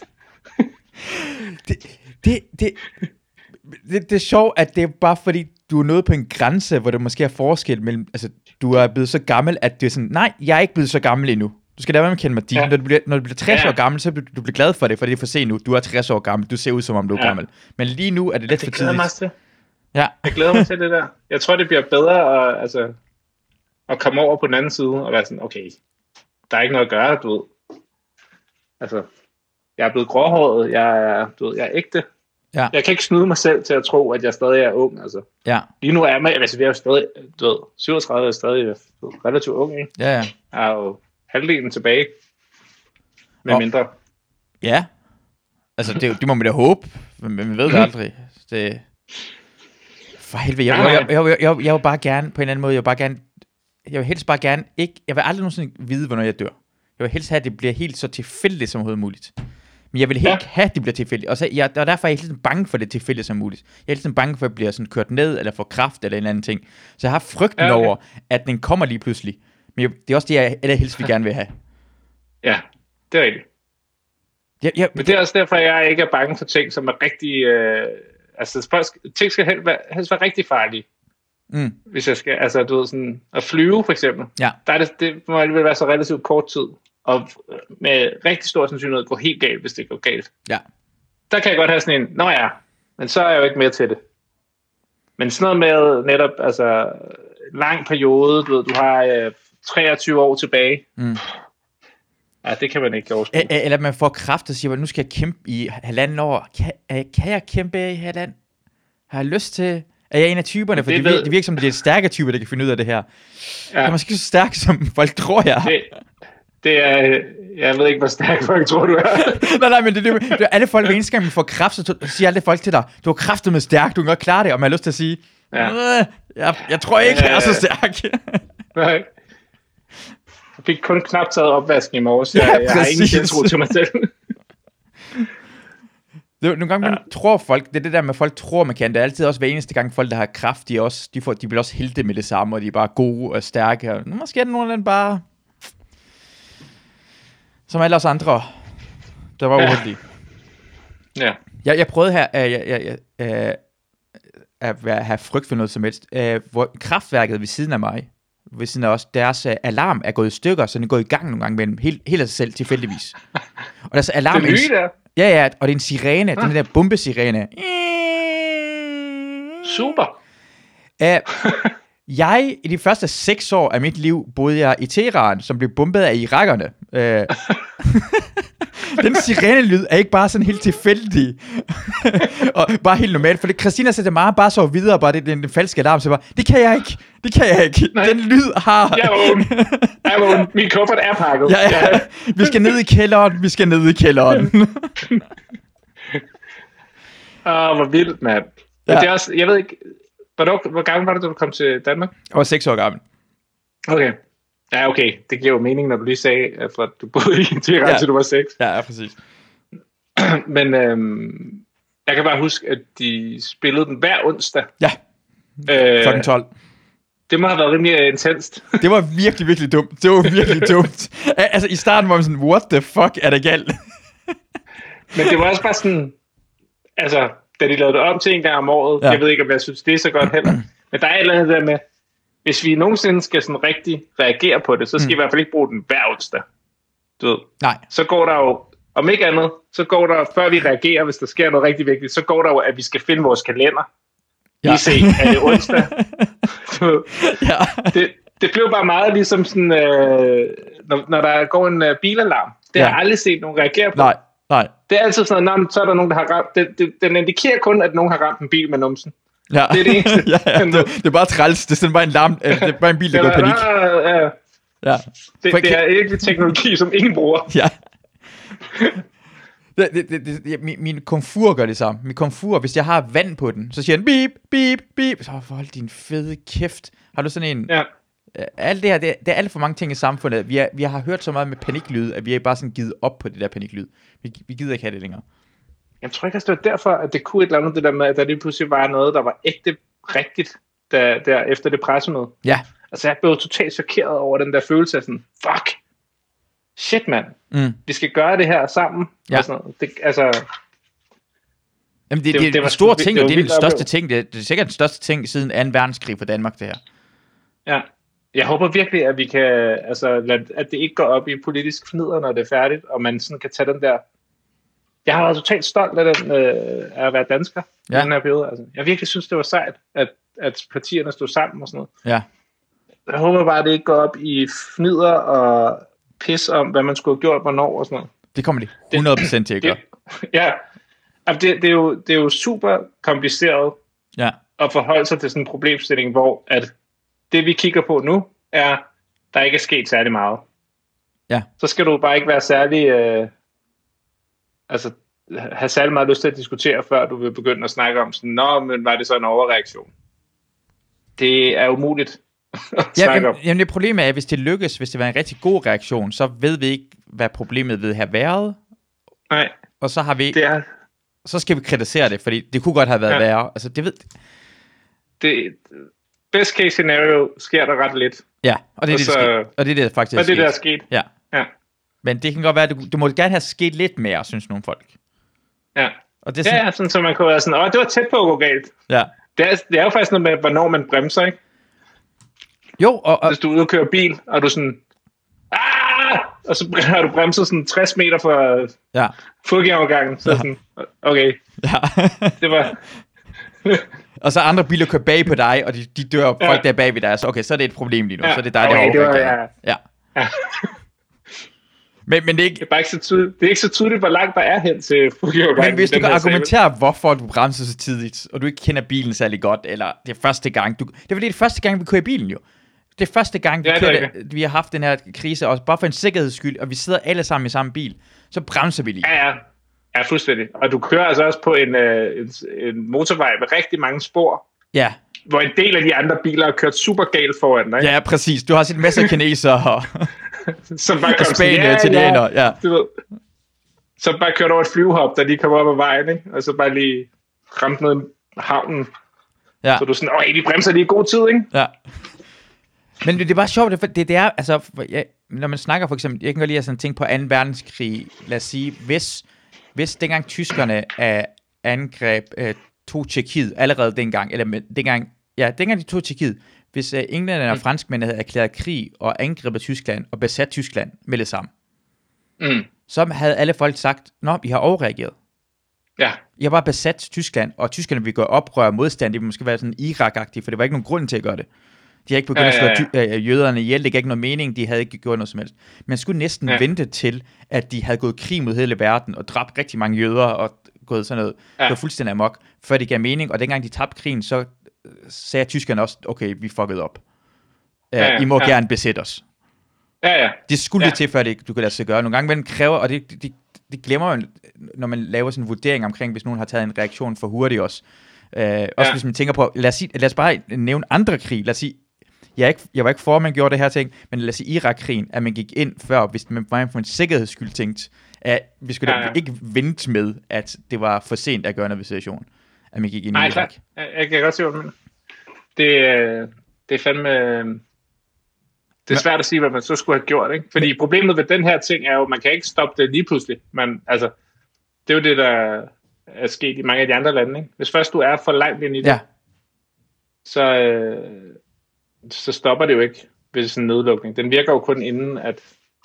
det, det, det, det, det er sjovt, at det er bare fordi, du er nået på en grænse, hvor der måske er forskel mellem, altså, du er blevet så gammel, at det er sådan, nej, jeg er ikke blevet så gammel endnu. Du skal da være med at kende mig. De. Ja. Når, du bliver, når du bliver tres ja. år gammel, så bliver du bliver glad for det, for det er for sent nu. Du er tres år gammel, du ser ud som om du er ja. gammel. Men lige nu er det lidt ja, det for tidligt. Mig til. Ja. Jeg glæder mig til det der. Jeg tror, det bliver bedre at, altså, at komme over på den anden side og være sådan, okay, der er ikke noget at gøre, du ved. Altså, jeg er blevet gråhåret, jeg er, du ved, jeg er ægte. Ja. Jeg kan ikke snyde mig selv til at tro, at jeg stadig er ung, altså. Ja. Lige nu er jeg, altså, vi er jo stadig, du ved, syvogtredive er stadig ved, relativt ung, ikke? Ja, ja. Jeg er jo halvdelen tilbage. Med og, mindre. Ja. Altså, det, det må man da håbe, men man ved det aldrig. Det... For helvede, jeg, jeg, jeg, jeg, jeg, jeg vil bare gerne, på en eller anden måde, jeg vil bare gerne, jeg vil helst bare gerne, ikke, jeg vil aldrig nogensinde vide, hvornår jeg dør. Jeg vil helst have, at det bliver helt så tilfældigt som overhovedet muligt. Men jeg vil helt ja. have, at det bliver tilfældigt. Og, så, jeg, og derfor er jeg helt sådan bange for, det tilfældigt som muligt. Jeg er helt sådan bange for, at det bliver sådan kørt ned, eller får kraft, eller en eller anden ting. Så jeg har frygten ja, okay. over, at den kommer lige pludselig. Men jeg, det er også det, jeg allerhelst vil gerne vil have. Ja, det er rigtigt. Ja, ja, men det er også derfor, jeg ikke er bange for ting, som er rigtig... Øh, altså, ting skal helst være, helst være rigtig farlige. Mm. Hvis jeg skal... Altså, du ved, sådan... At flyve, for eksempel. Ja. Der er det, det må alligevel være så relativt kort tid. Og med rigtig stor sandsynlighed gå helt galt, hvis det går galt. Ja. Der kan jeg godt have sådan en... Nå ja, men så er jeg jo ikke med til det. Men sådan noget med netop... Altså, lang periode, du ved, du har øh, treogtyve år tilbage... Mm. Ja, det kan man ikke overskue. Eller man får kraft og siger, nu skal jeg kæmpe i halvanden år. Kan, kan jeg kæmpe i halvanden? Har jeg lyst til... Er jeg en af typerne? For det, det, virker, det virker som, det er stærke typer, der kan finde ud af det her. Ja. Jeg er måske så stærk, som folk tror, jeg er. Det, det er... Jeg ved ikke, hvor stærk folk tror, du er. nej, nej, men det, det, det er alle folk, hver eneste gang, man får kraft, så siger alle folk til dig, du har kraftet med stærk, du kan godt klare det, og man har lyst til at sige, ja. jeg, jeg tror ikke, jeg er så stærk. Nej. Jeg fik kun knap taget opvasken i morges. Jeg, ja, jeg har ingen tiltro til mig selv. det, nogle gange ja. tror folk, det er det der med, folk tror, man kan. Det er altid også hver eneste gang, folk, der har kraft, de, også, de, får, de bliver også helte med det samme, og de er bare gode og stærke. Og måske er det nogen af dem bare, som alle os andre, der var ja. uheldige. Ja. Jeg, jeg prøvede her, jeg, jeg, jeg, at have frygt for noget som helst. Hvor kraftværket ved siden af mig, ved siden af os, deres uh, alarm er gået i stykker, så den er gået i gang nogle gange mellem helt, helt af sig selv, tilfældigvis. Og deres alarm det er en, der. Ja, ja, og det er en sirene, ah. den der bombesirene. Super. Uh, Jeg, i de første seks år af mit liv, boede jeg i Teheran, som blev bombet af irakerne. Øh, den sirenelyd er ikke bare sådan helt tilfældig, og bare helt normalt, for det, Christina sagde meget bare så videre, bare det, det, den falske alarm, så bare, det kan jeg ikke, det kan jeg ikke, Nej. Den lyd har... Jeg er vågen, jeg er vågen, min kuffert er pakket. Ja, ja. Vi skal ned i kælderen, vi skal ned i kælderen. Åh, oh, hvor vildt, mand. Ja. Det er også, jeg ved ikke, hvor, hvor gammel var det, da du kom til Danmark? Jeg var seks år gammel. Okay. Ja, okay. Det giver jo mening, når du lige sagde, at du boede i Teheran, ja. Til du var seks. Ja, ja, præcis. Men øhm, jeg kan bare huske, at de spillede den hver onsdag. Ja, klokken tolv. Det må have været rimelig intenst. Det var virkelig, virkelig dumt. Det var virkelig dumt. Altså, i starten var man sådan, what the fuck er der galt? Men det var også bare sådan, altså, da de lavede det om til en gang om året, ja. Jeg ved ikke, om jeg synes, det er så godt heller. Men der er et eller andet der med, hvis vi nogensinde skal sådan rigtig reagere på det, så skal mm. vi i hvert fald ikke bruge den hver onsdag. Du ved. Nej. Så går der jo, om ikke andet, så går der, før vi reagerer, hvis der sker noget rigtig vigtigt, så går der jo, at vi skal finde vores kalender. Ja. Lige se, er det onsdag? Ja. Det, det blev bare meget ligesom sådan, øh, når, når der går en uh, bilalarm. Det ja. Har jeg aldrig set nogen reagere på. Nej, nej. Det er altid sådan, når så er der nogen, der har ramt. Det, det, den indikerer kun, at nogen har ramt en bil med numsen. Ja. Det er det eneste. Ja, ja. Det, det er bare træls. Det er sådan bare en larm. Det er bare en bil, der går i panik. Ja, ja. Ja. Det, det er ikke teknologi, som ingen bruger. Ja. Det, det, det, det, min, min komfur gør det samme. Min komfur, hvis jeg har vand på den, så siger den bip, bip, bip. Så hold din fede kæft. Har du sådan en... Ja. Alt det her, det, det er alt for mange ting i samfundet. Vi, er, vi har hørt så meget med paniklyd, at vi er bare sådan givet op på det der paniklyd. Vi, vi gider ikke have det længere. Jeg tror ikke, at det var derfor, at det kunne et eller andet, det der med, at der lige pludselig var noget, der var ægte rigtigt, der, der efter det pressemøde. Ja. Altså, jeg blev totalt chokeret over den der følelse af sådan, fuck, shit, mand. Mm. Vi skal gøre det her sammen. Ja. Og sådan noget. Det, altså... Jamen, det, det, det, det er en stor ting, det og det er den største ting. Det er, det er sikkert den største ting siden anden verdenskrig for Danmark, det her. Ja. Jeg håber virkelig, at vi kan, altså, at det ikke går op i politisk fnider, når det er færdigt, og man sådan kan tage den der... Jeg har været totalt stolt af, den, øh, af at være dansker ja. I den her periode. Altså, jeg virkelig synes, det var sejt, at, at partierne stod sammen og sådan noget. Ja. Jeg håber bare, at det ikke går op i fnider og pis om, hvad man skulle have gjort, hvornår og sådan noget. Det kommer det hundrede procent til at gøre. Ja, altså, det, det, er jo, det er jo super kompliceret ja. At forholde sig til sådan en problemstilling, hvor at det, vi kigger på nu, er, der ikke er sket særlig meget. Ja. Så skal du bare ikke være særlig... Øh, altså, have særlig meget lyst til at diskutere, før du vil begynde at snakke om sådan, nå, men var det så en overreaktion? Det er umuligt at ja, snakke jamen, om. Jamen det problem er, at hvis det lykkes, hvis det var en rigtig god reaktion, så ved vi ikke, hvad problemet vil have været. Nej. Og så har vi... Det er... Så skal vi kritisere det, fordi det kunne godt have været ja. Værre. Altså, det ved... Det... Best case scenario sker der ret lidt. Ja, og det er og det, så, der og det, er det, der faktisk er sket. Og det, der er sket. Ja. Ja. Men det kan godt være, at du, du må gerne have sket lidt mere, synes nogle folk. Ja. Og det er sådan, ja, sådan, så man kunne være sådan, åh, det var tæt på at gå galt. Ja. Det er, det er jo faktisk noget med, hvornår man bremser, ikke? Jo, og... og hvis du er ude og kører bil, og du sådan, ah! Og så har du bremset sådan tres meter fra ja. fodgængerovergangen, så ja. Sådan, okay. Ja. Det var... Og så andre biler kører bag på dig, og de, de dør folk ja. Der bag ved dig, så okay, så er det et problem lige nu, ja. Så er det dig, okay, der overrækker. Ja. Ja. Ja. men, men det er ikke... Det er bare ikke så tydeligt, det er ikke så tydeligt, hvor langt der er hen til fodgængerovergangen. Men hvis du kan argumentere, hvorfor du bremser så tidligt, og du ikke kender bilen særlig godt, eller det er første gang, du... Det er fordi det er første gang, vi kører i bilen jo. Det er første gang, vi, ja, kører, det, vi har haft den her krise, og bare for en sikkerheds skyld, og vi sidder alle sammen i samme bil, så bremser vi lige. Ja, ja. Ja, fuldstændig. Og du kører altså også på en, øh, en, en motorvej med rigtig mange spor. Ja. Hvor en del af de andre biler har kørt super galt foran dig. Ja, præcis. Du har set en masse af kinesere og, som bare og Spanien og italiener. Ja. Du ved. Så bare kørt over et flyvehop, der lige kommer op ad vejen, ikke? Og så bare lige ramt noget i havnen. Ja. Så du er sådan, åh, vi bremser lige i god tid, ikke? Ja. Men det er bare sjovt, det, det, det er, altså, jeg, når man snakker for eksempel, jeg kan godt lide at sådan tænke på anden verdenskrig, lad os sige, hvis, hvis dengang tyskerne uh, angreb uh, tog Tjekkiet, allerede dengang, eller dengang, ja, dengang de tog Tjekkiet, hvis uh, englænderne og franskmændene havde erklæret krig og angrebet Tyskland og besat Tyskland med det samme, mm. så havde alle folk sagt, nå, I har overreageret. Ja. I har bare besat Tyskland, og tyskerne vil gøre oprør og modstand, det vil måske være sådan Irak-agtigt, for det var ikke nogen grund til at gøre det. De har ikke begyndt ja, ja, ja. at slå dy- øh, jøderne ihjel, det gav ikke noget mening, de havde ikke gjort noget som helst. Man skulle næsten ja. vente til, at de havde gået krig mod hele verden, og dræbt rigtig mange jøder, og gået sådan noget, ja. gået fuldstændig amok, før det gav mening, og dengang de tabte krigen, så sagde tyskerne også, okay, vi fuckede op. Uh, ja, ja, I må ja. gerne besætte os. Ja, ja. Det skulle ja. det til, før det, du kan lade sig gøre. Nogle gange, men kræver, og det, det, det glemmer man, når man laver sådan en vurdering omkring, hvis nogen har taget en reaktion for hurtigt også. Uh, også ja. hvis man tænker på, lad os, sige, lad os bare nævne andre krig. Lad os sige, jeg, er ikke, jeg var ikke for, at man gjorde det her ting, men lad os sige Irak-krigen, at man gik ind før, hvis man var for en sikkerheds skyld tænkt, at vi skulle ja, ja. ikke vente med, at det var for sent at gøre en situation, at man gik ind i Nej, Irak. Jeg, jeg kan godt se, hvad du mener. Det, det er fandme... Det er svært at sige, hvad man så skulle have gjort, ikke? Fordi problemet ved den her ting er jo, man kan ikke stoppe det lige pludselig. Man, altså, det er jo det, der er sket i mange af de andre lande, ikke? Hvis først du er for langt ind i det, ja. så, øh, så stopper det jo ikke ved sådan en nedlukning. Den virker jo kun inden, at,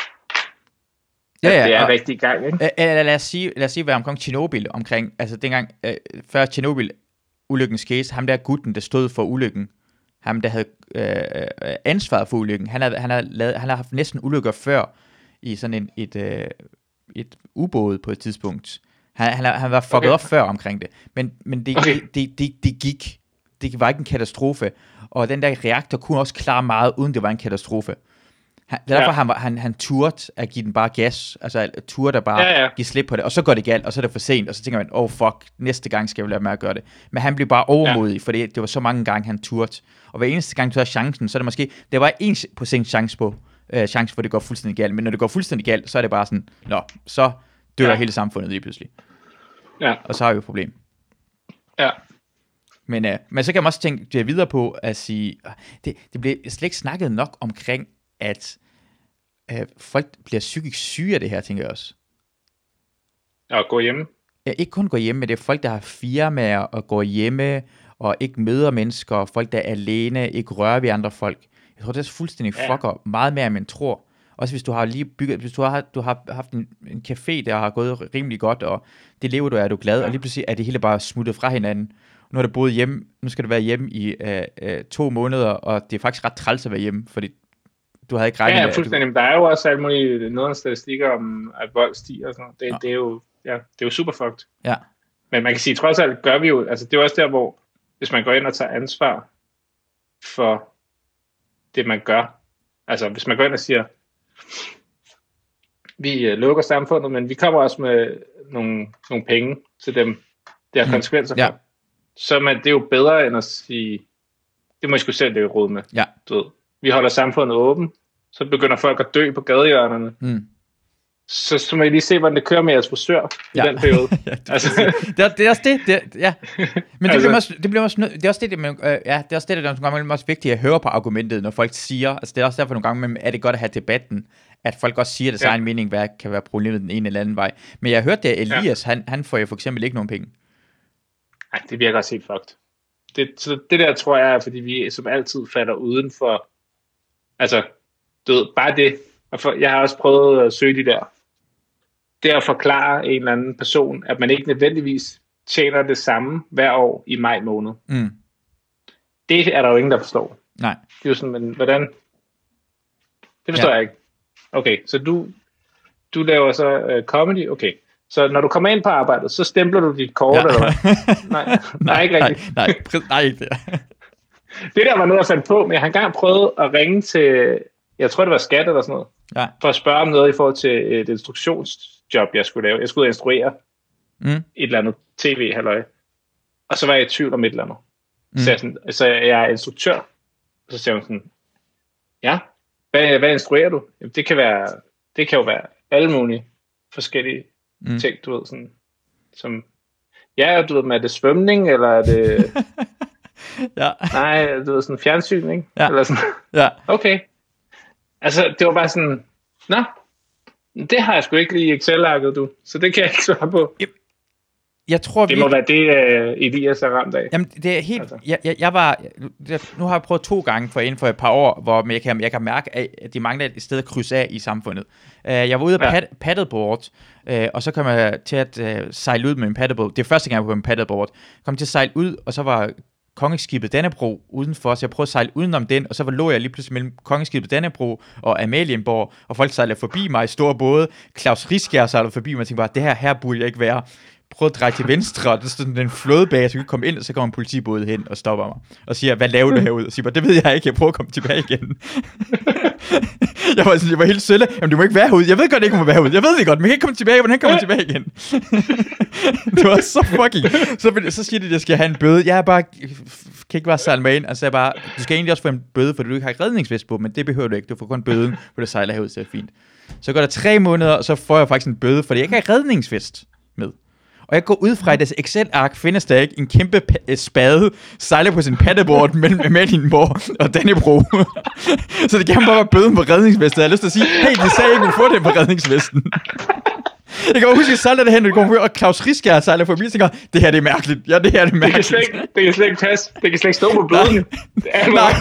ja, ja, at det er og, rigtig i gang, ikke? Lad, lad os sige, lad os sige hvad omkring Tjernobyl, omkring, altså dengang, øh, før Tjernobyl-ulykken skete, ham der gutten, der stod for ulykken, ham der havde øh, ansvaret for ulykken, han har, han, har lavet, han har haft næsten ulykker før i sådan en, et, øh, et ubåd på et tidspunkt. Han, han, han var fucket okay. op før omkring det, men, men det, okay. det, det, det, det gik. Det var ikke en katastrofe, og den der reaktor kunne også klare meget, uden det var en katastrofe. Han, derfor ja. han, han, han turde at give den bare gas, altså turde at bare ja, ja. give slip på det, og så går det galt, og så er det for sent, og så tænker man, oh fuck, næste gang skal jeg lade med at gøre det. Men han blev bare overmodig, ja. fordi det var så mange gange, han turde. Og hver eneste gang, du har chancen, så er det måske, det var en procent chance på, øh, chance for, at det går fuldstændig galt, men når det går fuldstændig galt, så er det bare sådan, nå, så dør ja. hele samfundet lige pludselig. Ja. Og så har vi et problem. Ja. Men, øh, men så kan man også tænke videre på at sige, det, det bliver slet ikke snakket nok omkring, at øh, folk bliver psykisk syge af det her, tænker jeg også. Ja, gå hjemme. Ja, ikke kun gå hjemme, men det er folk, der har firmaer og går hjemme, og ikke møder mennesker, folk, der er alene, ikke rører ved andre folk. Jeg tror, det er fuldstændig ja. fucker meget mere, end man tror. Også hvis du har lige bygget, hvis du har, du har haft en, en café, der har gået rimelig godt, og det lever du, er du glad, ja. og lige pludselig er det hele bare smuttet fra hinanden. Nu har du boet hjemme, nu skal du være hjemme i øh, øh, to måneder, og det er faktisk ret træls at være hjemme, fordi du havde ikke regnet ja, med... Ja, fuldstændig. Du... Der er jo også alt muligt noget statistikker om, at vold stiger og sådan noget. Det, ja. det, er jo, ja, det er jo super fucked. Ja. Men man kan sige, trods alt gør vi jo... Altså, det er jo også der, hvor hvis man går ind og tager ansvar for det, man gør. Altså, hvis man går ind og siger, vi uh, lukker samfundet, men vi kommer også med nogle, nogle penge til dem, der har mm. konsekvenser for. Ja. Så man, det er jo bedre end at sige, det må I sgu selv leve råd med. Ja. Du ved, vi holder samfundet åbent, så begynder folk at dø på gadehjørnerne. Mm. Så, så må I lige se, hvordan det kører med jeres frisør i ja. den periode. ja, det, altså. det, er, det er også det. det ja. Men det, altså. bliver også, det bliver også det er også det, det, øh, ja, det er også det, der er nogle gange også vigtigt at høre på argumentet, når folk siger, altså det er også derfor nogle gange, er det godt at have debatten, at folk også siger deres ja. egen mening, hvad kan være problemet den ene eller anden vej. Men jeg har hørt det, Elias, ja. han, han får jo for eksempel ikke nogen penge. Nej, det virker også helt fucked. Det, så det der tror jeg er, fordi vi som altid falder uden for, altså, du ved, bare det, og for, jeg har også prøvet at søge de der, det at forklare en eller anden person, at man ikke nødvendigvis tjener det samme hver år i maj måned. Mm. Det er der jo ingen, der forstår. Nej. Det er jo sådan, men hvordan, det forstår ja. jeg ikke. Okay, så du, du laver så uh, comedy, okay. Så når du kommer ind på arbejdet, så stempler du dit kort, ja. eller hvad? Nej, nej, nej, ikke rigtigt. Nej, nej, nej, ikke det. Det der var noget, jeg fandt på, men jeg har engang prøvet at ringe til, jeg tror, det var skat eller sådan noget, ja. for at spørge om noget i forhold til et instruktionsjob, jeg skulle lave. Jeg skulle instruere mm. et eller andet tv-halløj. Og så var jeg i tvivl om et eller andet. Mm. Så, jeg sådan, så jeg er instruktør. Og så siger hun sådan, ja, hvad, hvad instruerer du? Jamen, det kan være, det kan jo være alle mulige forskellige mm. ting, du ved, sådan, som, ja, du ved, er det svømning, eller er det, ja. nej, du ved, sådan fjernsyn, ikke? Ja. Eller sådan, ja. Okay. Altså, det var bare sådan, nå, det har jeg sgu ikke lige i Excel-arket, du, så det kan jeg ikke svare på. Yep. Jeg tror, det må vi... være det, uh, Elias er ramt af. Jamen, det er helt... Altså. Jeg, jeg, jeg var... Jeg, nu har jeg prøvet to gange for inden for et par år, hvor jeg kan, jeg kan mærke, at de mangler et sted at krydse af i samfundet. Uh, jeg var ude af ja. pad, paddleboard, uh, og så kom jeg til at uh, sejle ud med en paddleboard. Det er første gang, jeg var på en paddleboard. Jeg kom til at sejle ud, og så var kongeskibet Dannebrog udenfor, så jeg prøvede at sejle udenom den, og så lå jeg lige pludselig mellem kongeskibet Dannebrog og Amalienborg, og folk sejlede forbi mig i store både. Claus Riskær sejlede forbi mig, og jeg tænkte bare, det her, her burde jeg ikke være. Prøvede at dreje til venstre, og det er sådan en flådebase, så vi kan komme ind, og så kommer en politibåd hen og stopper mig, og siger, hvad laver du herude? Og siger bare, det ved jeg ikke, jeg prøver at komme tilbage igen. jeg, var sådan, jeg var helt sølle, jamen du må ikke være herude, jeg ved godt, ikke må være herude, jeg ved det godt, men jeg kan ikke komme tilbage, hvordan kommer jeg tilbage igen? Det var så fucking, så, så siger de, at jeg skal have en bøde, jeg er bare, kan ikke bare sejle med ind, altså jeg bare, du skal egentlig også få en bøde, fordi du ikke har redningsvest på, men det behøver du ikke, du får kun bøden, for du sejler herud, så er det fint. Så går der tre måneder, og så får jeg faktisk en bøde, fordi jeg ikke har redningsvest med. Og jeg går ud fra, at deres Excel-ark findes der ikke en kæmpe p- spade, sejler på sin paddeboard mellem Amalienborg og Dannebrog. Så det kan bare være bøden på redningsvesten. Jeg har lyst til at sige, hey, de sagde ikke, at få det på redningsvesten. Jeg kan bare huske, at jeg sejler det hen, og det kommer og Claus Riskær sejler forbi, og tænker, det her det er mærkeligt. Ja, det her det er mærkeligt. Det kan slet ikke, det kan slet ikke passe. Det kan slet ikke stå på bøden. Nej.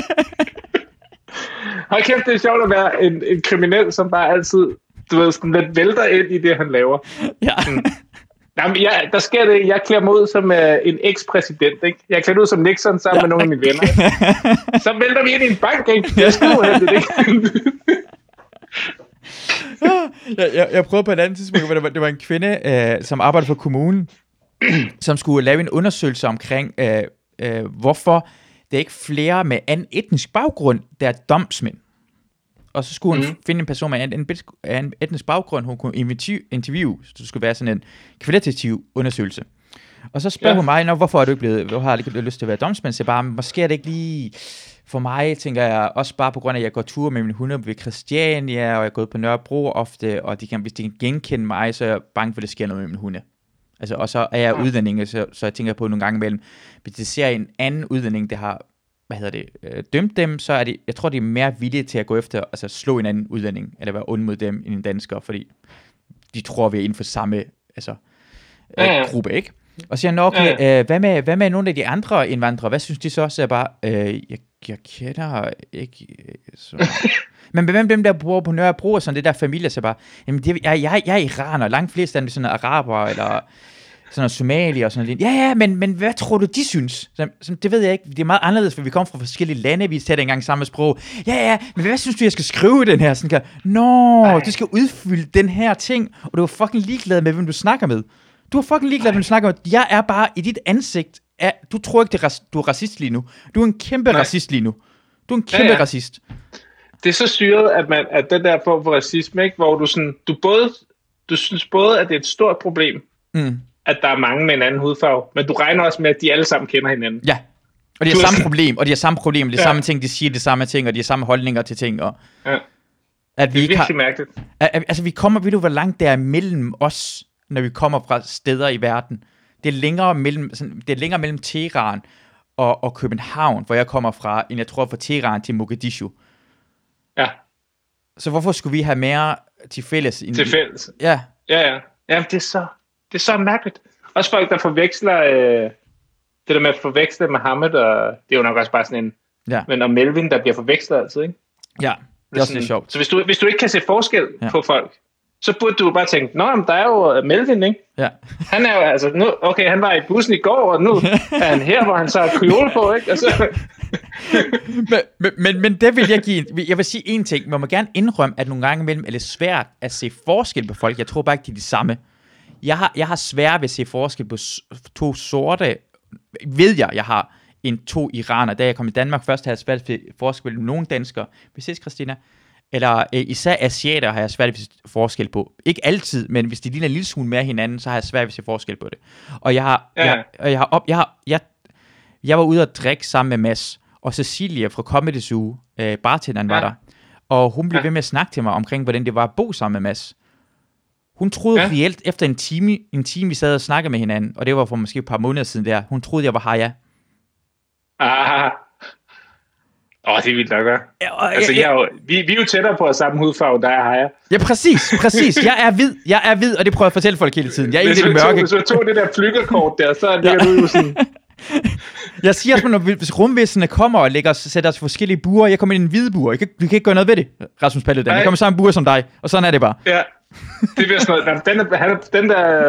Hold kæft, det er sjovt at være en, en kriminel, som bare altid, du ved, sådan lidt vælter ind i det, han laver. Ja. Sådan. Jamen, jeg, der sker det, jeg klæder mig ud som uh, en ekspræsident, ikke? Jeg klæder ud som Nixon sammen ja. med nogle af mine venner. Ikke? Så vælter vi ind i en bank, ikke? Jeg skulle have det, ikke? jeg, jeg, jeg prøvede på et andet tidspunkt, hvor det var, det var en kvinde, øh, som arbejdede for kommunen, som skulle lave en undersøgelse omkring, øh, øh, hvorfor der er ikke flere med anden etnisk baggrund, der er domsmænd. Og så skulle hun mm. finde en person med en, en, en etnisk baggrund, hun kunne interviewe, så det skulle være sådan en kvalitativ undersøgelse. Og så spørger ja. hun mig, hvorfor er du ikke blevet, hvorfor har du ikke lyst til at være domsmand? Så bare, måske er det ikke lige for mig, tænker jeg, også bare på grund af, at jeg går tur med mine hunde ved Christiania, og jeg er gået på Nørrebro ofte, og de kan, hvis de kan genkende mig, så er jeg bange for, at det sker noget med mine hunde. Altså, og så er jeg udlænding, så, så jeg tænker på nogle gange imellem, hvis det ser en anden udlænding, der har hvad hedder det, øh, dømt dem, så er det, jeg tror, de er mere villige til at gå efter, altså slå en anden udlænding, eller være ond mod dem, end en dansker, fordi de tror, vi er inden for samme, altså, øh, ja, ja. gruppe, ikke? Og så siger jeg, okay, ja, ja. Øh, hvad, med, hvad med nogle af de andre indvandrere, hvad synes de så? Så er jeg bare, øh, jeg, jeg kender ikke, så... Men hvem dem, der bor på Nørrebro, og sådan det der familie, så bare, jamen, det, jeg, jeg, jeg er iraner, langt flest af dem er sådan araber, eller... sådan noget somalier og sådan noget. Ja, ja, men, men hvad tror du, de synes? Så, så, det ved jeg ikke. Det er meget anderledes, for vi kommer fra forskellige lande, vi tager engang samme sprog. Ja, ja, men hvad synes du, jeg skal skrive i den her? Sådan kan, Nå, Ej. du skal udfylde den her ting, og du er fucking ligeglad med, hvem du snakker med. Du er fucking ligeglad med, hvem du snakker med. Jeg er bare i dit ansigt. Er, du tror ikke, det er, du er racist lige nu. Du er en kæmpe Nej. racist lige nu. Du er en kæmpe ja, ja. racist. Det er så syret, at, man, at den der form for racisme, ikke, hvor du, sådan, du, både, du synes både, at det er et stort problem, mm. at der er mange med en anden hudfarve, men du regner også med, at de alle sammen kender hinanden. Ja, og de har samme problem, og de har samme problem, og de ja. samme ting, de siger de samme ting, og de har samme holdninger til ting, og... Ja. At vi det er virkelig har, mærkeligt. At, at, altså, vi kommer, ved du, hvor langt der er mellem os, når vi kommer fra steder i verden? Det er længere mellem, sådan, det er længere mellem Teheran og, og København, hvor jeg kommer fra, end jeg tror fra Teheran til Mogadishu. Ja. Så hvorfor skulle vi have mere til fælles? Til fælles? Ja. Ja, ja. Jamen, det er så... Det er så mærkeligt. Også folk, der forveksler, øh, det der med at forveksle Mohammed, og det er jo nok også bare sådan en, ja. men og Melvin, der bliver forvekslet altid, ikke? Ja, det er også lidt sjovt. Så hvis du, hvis du ikke kan se forskel ja. på folk, så burde du bare tænke, nå, men der er jo Melvin, ikke? Ja. Han er jo, altså, nu, okay, han var i bussen i går, og nu er han her, hvor han så har kjole på, ikke? Altså. men, men, men, men det vil jeg give, jeg vil sige en ting, man må gerne indrømme, at nogle gange imellem er det svært at se forskel på folk. Jeg tror bare ikke, de er de samme. Jeg har, jeg har svært ved at se forskel på to sorte, ved jeg, jeg har en to iraner. Da jeg kom i Danmark først, har jeg svært ved forskel på nogle danskere. Hvis det Christina, eller øh, især asiater har jeg svært ved at se forskel på. Ikke altid, men hvis de ligner en lille smule mere hinanden, så har jeg svært ved at se forskel på det. Og jeg har, ja. jeg, og jeg har op, jeg har, jeg, jeg var ude at drikke sammen med Mads, og Cecilia fra Comedy Zoo, øh, bartenderen var ja. der, og hun blev ja. ved med at snakke til mig omkring, hvordan det var at bo sammen med Mads. Hun troede ja. reelt, efter en time, en time, vi sad og snakkede med hinanden, og det var for måske et par måneder siden der, hun troede, jeg var Haya. Ah. Åh, oh, det er vildt nok, ja. ja og, altså, jeg, jeg, jo, vi, vi er jo tættere på at samme hudfarve, der er Haya. Ja, præcis, præcis. Jeg er hvid, jeg er hvid, og det prøver jeg at fortælle folk hele tiden. Jeg er hvis, ikke det mørke. Hvis du tog det der flykkerkort der, så ligger ja. du jo sådan... Jeg siger også, når hvis rumvæsenene kommer og lægger, sætter os forskellige buer, jeg kommer ind i en hvide bur, jeg kan, vi kan ikke gøre noget ved det, Rasmus Paludan. Jeg kommer sammen en bur som dig, og sådan er det bare. Ja, det bliver sådan noget. Den der, den der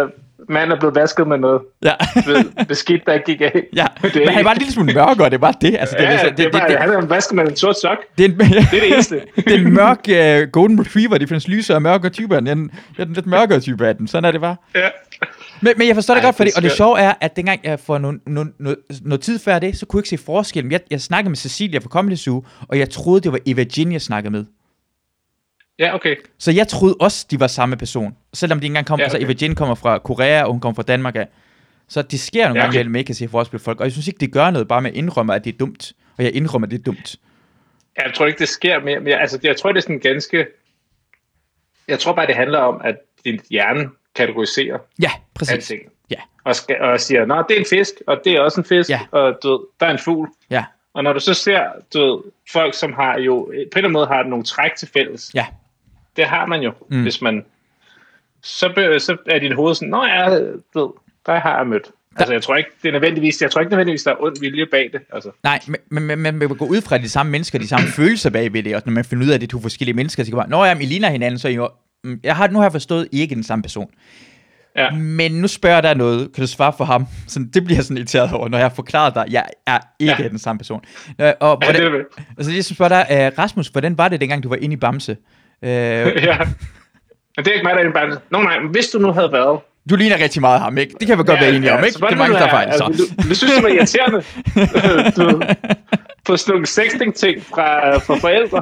mand er blevet vasket med noget. Ja. Beskidt, der ikke gik af. Ja, men han var en lille smule mørkere, det var det. Altså, det, ja, det, det, det, det, bare, det, han er vasket med en sort sok. Det er, en, det, er det eneste. Det er en mørk uh, golden retriever, det findes lyser og mørkere typer. Jeg er den, den lidt mørkere type af den, sådan er det bare. Ja. Men, men jeg forstår det Ej, godt, fordi, og det sjove er, at dengang jeg for noget, noget, noget, noget tid før det, så kunne jeg ikke se forskellen. Jeg, jeg snakkede med Cecilia fra Comedy Zoo, og jeg troede, det var Eva Jean, jeg snakkede med. Ja, okay. Så jeg troede også, de var samme person. Selvom de ikke engang kom, ja, okay. altså Eva Jean kommer fra Korea, og hun kommer fra Danmark af. Så det sker nogle ja, gange, okay. at man ikke kan se forskel på folk. Og jeg synes ikke, det gør noget bare med at indrømme, at det er dumt. Og jeg indrømmer, at det er dumt. Jeg tror ikke, det sker mere. Men jeg, altså, jeg tror, det er sådan ganske... Jeg tror bare, det handler om, at din hjerne kategoriserer. Ja, præcis. Alting. Ja. Og, skal, og siger, nå, det er en fisk, og det er også en fisk, ja. Og du ved, der er en fugl. Ja. Og når du så ser, du ved, folk, som har jo, på en eller anden måde har nogle træk til fælles. Ja. Det har man jo, mm. hvis man... Så, så er dit hoved sådan, nå ja, du ved, der har jeg mødt. Der... Altså, jeg tror ikke, det er nødvendigvis, jeg tror ikke nødvendigvis, der er ond vilje bag det. Altså. Nej, men, men, men man vil gå ud fra de samme mennesker, de samme følelser bag ved det, og når man finder ud af, at det er to forskellige mennesker, så kan man bare, nå ja, I ligner hinanden, så I jo, jeg har, nu har jeg forstået, I ikke er den samme person. Ja. Men nu spørger der noget, kan du svare for ham? Så det bliver sådan irriteret over, når jeg har forklaret dig, jeg er ikke ja. den samme person. Og, og ja, det er det. Altså, jeg spørger dig, uh, Rasmus, hvordan var det, dengang du var inde i Bamse? Uh, ja. Men det er ikke mig, der er inde i Bamse. Nå nej, men hvis du nu havde været... Du ligner rigtig meget ham, ikke? Det kan vi godt ja, være enige ja, om, ikke? Det er mange, der fejl, så. Altså, du, du synes, det var irriterende. Du får sådan nogle sexting-ting fra, fra forældre.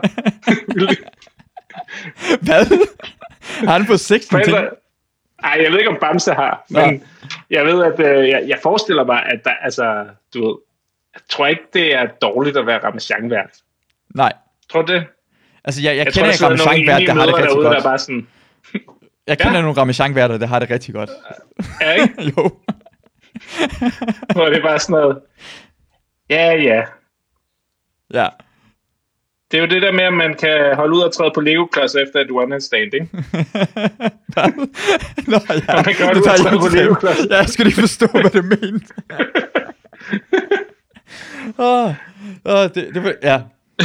Hvad? Har han fået sexting-ting? Ej, jeg ved ikke, om Bamse har, men ja. jeg ved, at øh, jeg, jeg forestiller mig, at der, altså, du ved, jeg tror ikke, det er dårligt at være Ramachan-vært. Nej. Tror du det? Altså, jeg, jeg, jeg kender ikke Ramachan-vært, der har det rigtig derude, godt. Der bare sådan... Jeg kender ja? nogle Ramachan-værter, der har det rigtig godt. Ja, ikke? Jo. Hvor det er bare sådan noget... Ja, ja. Ja. Det er jo det der med, at man kan holde ud og træde på Lego-klodser efter et one-night-stand, ikke? Hvad? Nå, ja. Man kan holde ud og træde på Lego-klodser. Ja, jeg skulle ikke forstå, hvad det mente. Åh, oh, oh, det, det, ja.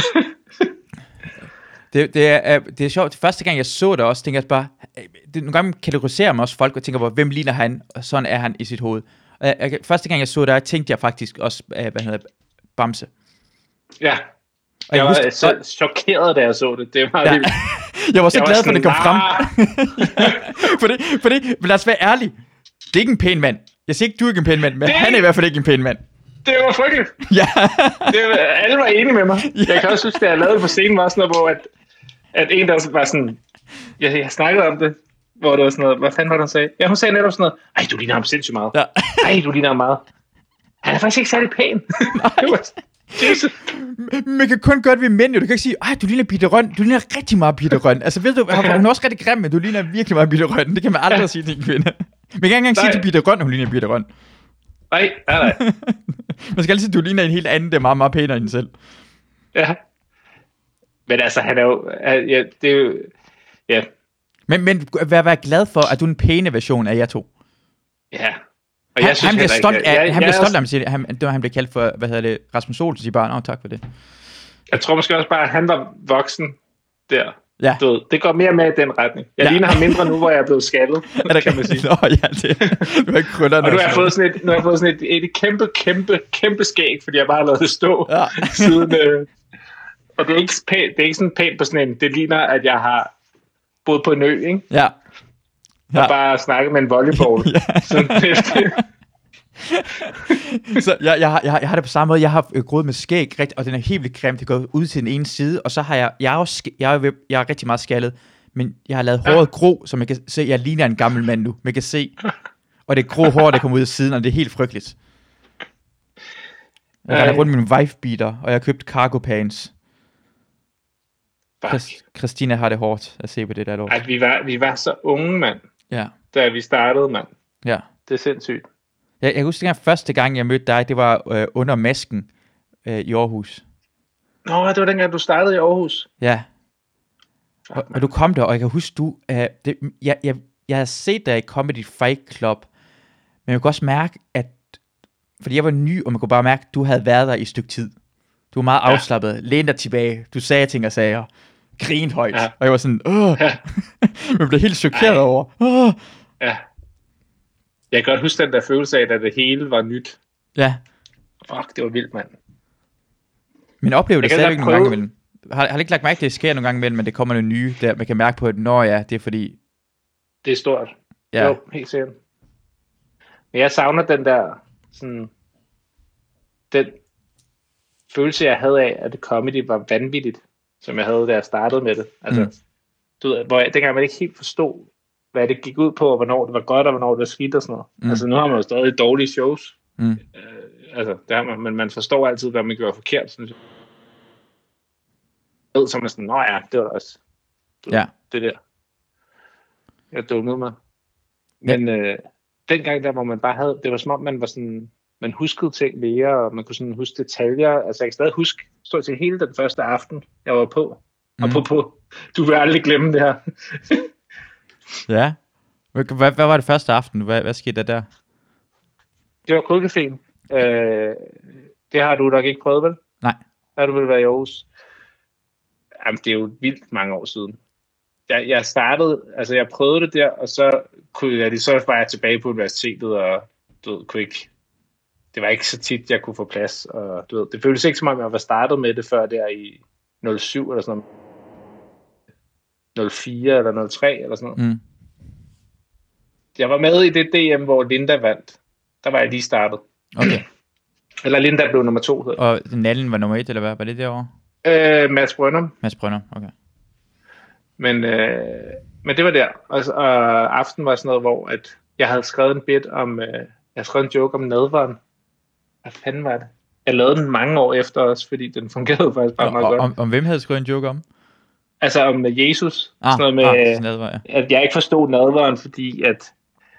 Det, det, er, det er sjovt. Første gang, jeg så det også, tænkte jeg bare... Det, nogle gange kategoriserer man også folk, og tænker på, hvem ligner han? Og sådan er han i sit hoved. Og jeg, første gang, jeg så det, tænkte jeg faktisk også, hvad hedder Bamse. Ja. Og jeg, jeg var husker, så og... chokeret, da jeg så det. Det var ja. det. Jeg var så jeg glad var for, at det kom frem. fordi, fordi, men lad os være ærlige. Det er ikke en pæn mand. Jeg siger ikke, du er ikke en pæn mand, men det... han er i hvert fald ikke en pæn mand. Det var frygteligt. Ja. det var, alle var enige med mig. Ja. Jeg kan også synes, at jeg lavede det på scenen, var sådan noget, hvor at, at en, der var sådan... Jeg, jeg snakkede om det, hvor det var sådan noget... Hvad fanden var det, hun sagde? Ja, hun sagde netop sådan noget... Ej, du ligner ham sindssygt meget. Ja. Ej, du ligner ham meget. Han er faktisk ikke særlig pæn. Jesus. Man kan kun gøre det ved mænd, jo. Du kan ikke sige, ej, du ligner Birthe Rønn. Du ligner rigtig meget Birthe Rønn. Altså, ved du, hun er også rigtig grim, men du ligner virkelig meget Birthe Rønn. Det kan man aldrig ja. sige til en kvinde. Man kan ikke engang sige til Birthe Rønn, hun ligner Birthe Rønn. Nej, nej, nej. Man skal altid sige, at du ligner en helt anden, der er meget, meget pænere end selv. Ja. Men altså, han er jo... Ja, det er jo... Ja. Men, men vær, vær glad for, at du er en pæne version af jer to. Ja. Og jeg han, synes, han bliver stolt af, jeg, han bliver stolt af, siger, han, det var, han blev kaldt for, hvad hedder det, Rasmus Olsen, siger bare, åh, tak for det. Jeg tror måske også bare, at han var voksen der. Ja. Du ved, det går mere med i den retning. Jeg ja. ligner ham mindre nu, hvor jeg er blevet skaldet, er det, kan man sige. Nå ja, det, du har ikke krøllerne. Og nu har jeg fået sådan et, nu har jeg fået sådan et, et kæmpe, kæmpe, kæmpe skæg, fordi jeg bare har lavet det stå ja. siden. Øh, og det er, ikke pænt, det er ikke sådan pænt på sådan en, det ligner, at jeg har boet på en ø, ikke? Ja. Ja. Og bare snakket med en volleyball. Ja. Sådan, så jeg, jeg, har, jeg, har, jeg har det på samme måde. Jeg har øh, groet med skæg, rigt, og den er helt vildt grim. Det går ud til den ene side, og så har jeg, jeg er, også, jeg er, jeg er rigtig meget skaldet, men jeg har lavet håret ja. grå, så man kan se, jeg ligner en gammel mand nu. Man kan se, og det er grå hår, der kommer ud af siden, og det er helt frygteligt. Jeg har rundt med min wife-beater, og jeg har købt cargo pants. Christina har det hårdt at se på det der lort. At vi var, vi var så unge, mand. Ja. Da vi startede, mand. Ja. Det er sindssygt. Jeg, jeg husker, at første gang, jeg mødte dig, det var øh, under masken øh, i Aarhus. Nå, det var dengang, du startede i Aarhus. Ja. Og, og du kom der, og jeg kan huske, du... Øh, det, jeg, jeg, jeg havde set dig i Comedy Fight Club, men jeg kunne også mærke, at... Fordi jeg var ny, og man kunne bare mærke, at du havde været der i et stykke tid. Du var meget ja. afslappet, lænede dig tilbage, du sagde ting og sager, grinede højt, ja. og jeg var sådan, åh, ja. man blev helt chokeret Ej. over, åh. Ja. Jeg kan godt huske den der følelse af, at det hele var nyt. Ja. Fuck, det var vildt, mand. Men oplever det stadigvæk nogle gange imellem. Har, har ikke lagt mærke til, at det sker nogle gange imellem, men det kommer noget nye, der man kan mærke på, at når ja, det er fordi... Det er stort. Ja. Jo, helt sikkert. Men jeg savner den der, sådan... Den følelse, jeg havde af, at comedy var vanvittigt, som jeg havde, da jeg startede med det. Altså, mm. du ved, hvor jeg, dengang man ikke helt forstod, hvad det gik ud på, og hvornår det var godt, og hvornår det var skidt og sådan noget. Mm. Altså, nu har man jo stadig dårlige shows. Mm. Øh, altså, det har man, men man forstår altid, hvad man gør forkert, synes jeg. Så man sådan, nå ja, det var også du, ja. det der. Jeg dummede mig. Men ja. øh, dengang der, hvor man bare havde, det var som om, man var sådan, man huskede ting mere, og man kunne sådan huske detaljer. Altså, jeg kan stadig huske, stort set hele den første aften, jeg var på. Mm. Og på, på, du vil aldrig glemme det her. Ja. Hvad, hvad var det første aften? Hvad, hvad skete der der? Det var Kulcaféen. Øh, det har du nok ikke prøvet, vel? Nej. Der har du vel været i Aarhus. Jamen, det er jo vildt mange år siden. Jeg, jeg startede, altså jeg prøvede det der, og så kunne jeg, så var jeg tilbage på universitetet, og du ved, kunne ikke, det var ikke så tit, jeg kunne få plads, og du ved, det føltes ikke som om, jeg var startet med det før der i nul syv eller sådan noget, nul fire eller nul tre eller sådan noget. Mm. Jeg var med i det D M, hvor Linda vandt. Der var jeg lige startet. Okay. Eller Linda blev nummer to. Og Nallen var nummer et, eller hvad? Var det derovre? Øh, Mads Brøndum. Mads Brøndum, okay. Men, øh, men det var der. Og, og aften var sådan noget, hvor at jeg havde skrevet en bit om, øh, jeg havde skrevet en joke om nadveren. Hvad fanden var det? Jeg lavede den mange år efter også, fordi den fungerede faktisk bare og, meget og, godt. Om, om hvem havde skrevet en joke om? Altså om Jesus. Ah, sådan noget med, ah, nadver, ja. At jeg ikke forstod nadveren, fordi at...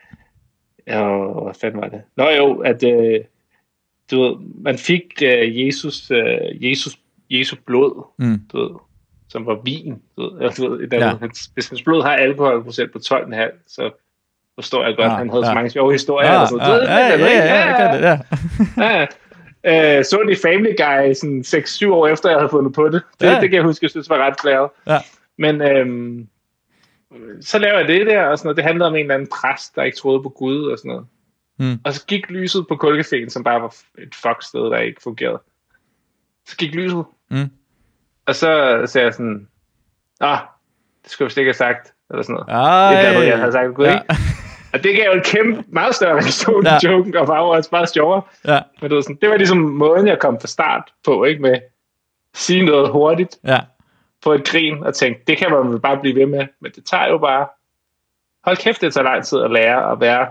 Jo, hvad fanden var det? Nå jo, at øh, du ved, man fik øh, Jesus, øh, Jesus, Jesus blod, mm. du ved, som var vin. Du ved, du ved, der, ja. hans, hvis hans blod har alkoholprocent på tolv komma fem, så forstår jeg godt, at ja, han havde ja. så mange sjove historier. Ja, og sådan. Ja, ja, ja, ja, ja, jeg kan det, ja. ja. Uh, så det Family Guy sådan seks syv år efter, jeg havde fundet på det. Det, ja. det kan jeg huske, jeg synes var ret flaget. Ja. Men øhm, så laver jeg det der, og sådan noget. Det handlede om en eller anden præst, der ikke troede på Gud og sådan noget. Mm. Og så gik lyset på Kulcaféen, som bare var et fuck-sted, der ikke fungerede. Så gik lyset. Mm. Og så sagde jeg sådan, ah, det skulle jeg slet ikke have sagt, eller sådan noget. Ej. Det er der, jeg havde sagt Gud, ja. Ikke? Og det gav jo en kæmpe, meget større reaktion ja. i joken, og var jo også bare sjovere. Ja. Men det var, sådan, det var ligesom måden, jeg kom fra start på, ikke? Med at sige noget hurtigt, ja. På et grin, og tænke, det kan man bare blive ved med. Men det tager jo bare, hold kæft, det tager lang tid at lære at være,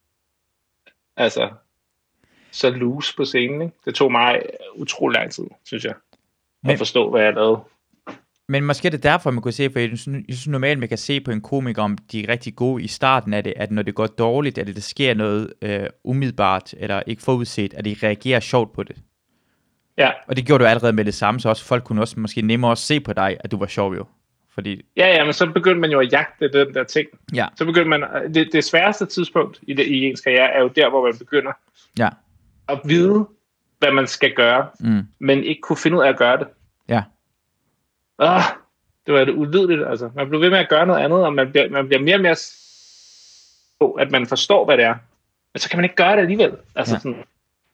altså, så loose på scenen, ikke? Det tog mig utrolig lang tid, synes jeg, men, at forstå, hvad jeg lavede. Men måske er det derfor, man kunne se, for jeg synes normalt, man kan se på en komiker, om de er rigtig gode i starten af det, at når det går dårligt, at det der sker noget øh, umiddelbart, eller ikke forudset, at de reagerer sjovt på det. Ja. Og det gjorde du allerede med det samme, så også folk kunne også måske nemmere også se på dig, at du var sjov jo. Fordi... Ja, ja, men så begyndte man jo at jagte den der ting. Ja. Så begyndte man, det, det sværeste tidspunkt i, det, i ens karriere, er jo der, hvor man begynder ja. At vide, hvad man skal gøre, mm. men ikke kunne finde ud af at gøre det. Ja. Ah, det var det ulideligt, altså. Man bliver ved med at gøre noget andet, og man bliver, man bliver mere og mere på, at man forstår, hvad det er. Men så kan man ikke gøre det alligevel. Altså ja. Sådan,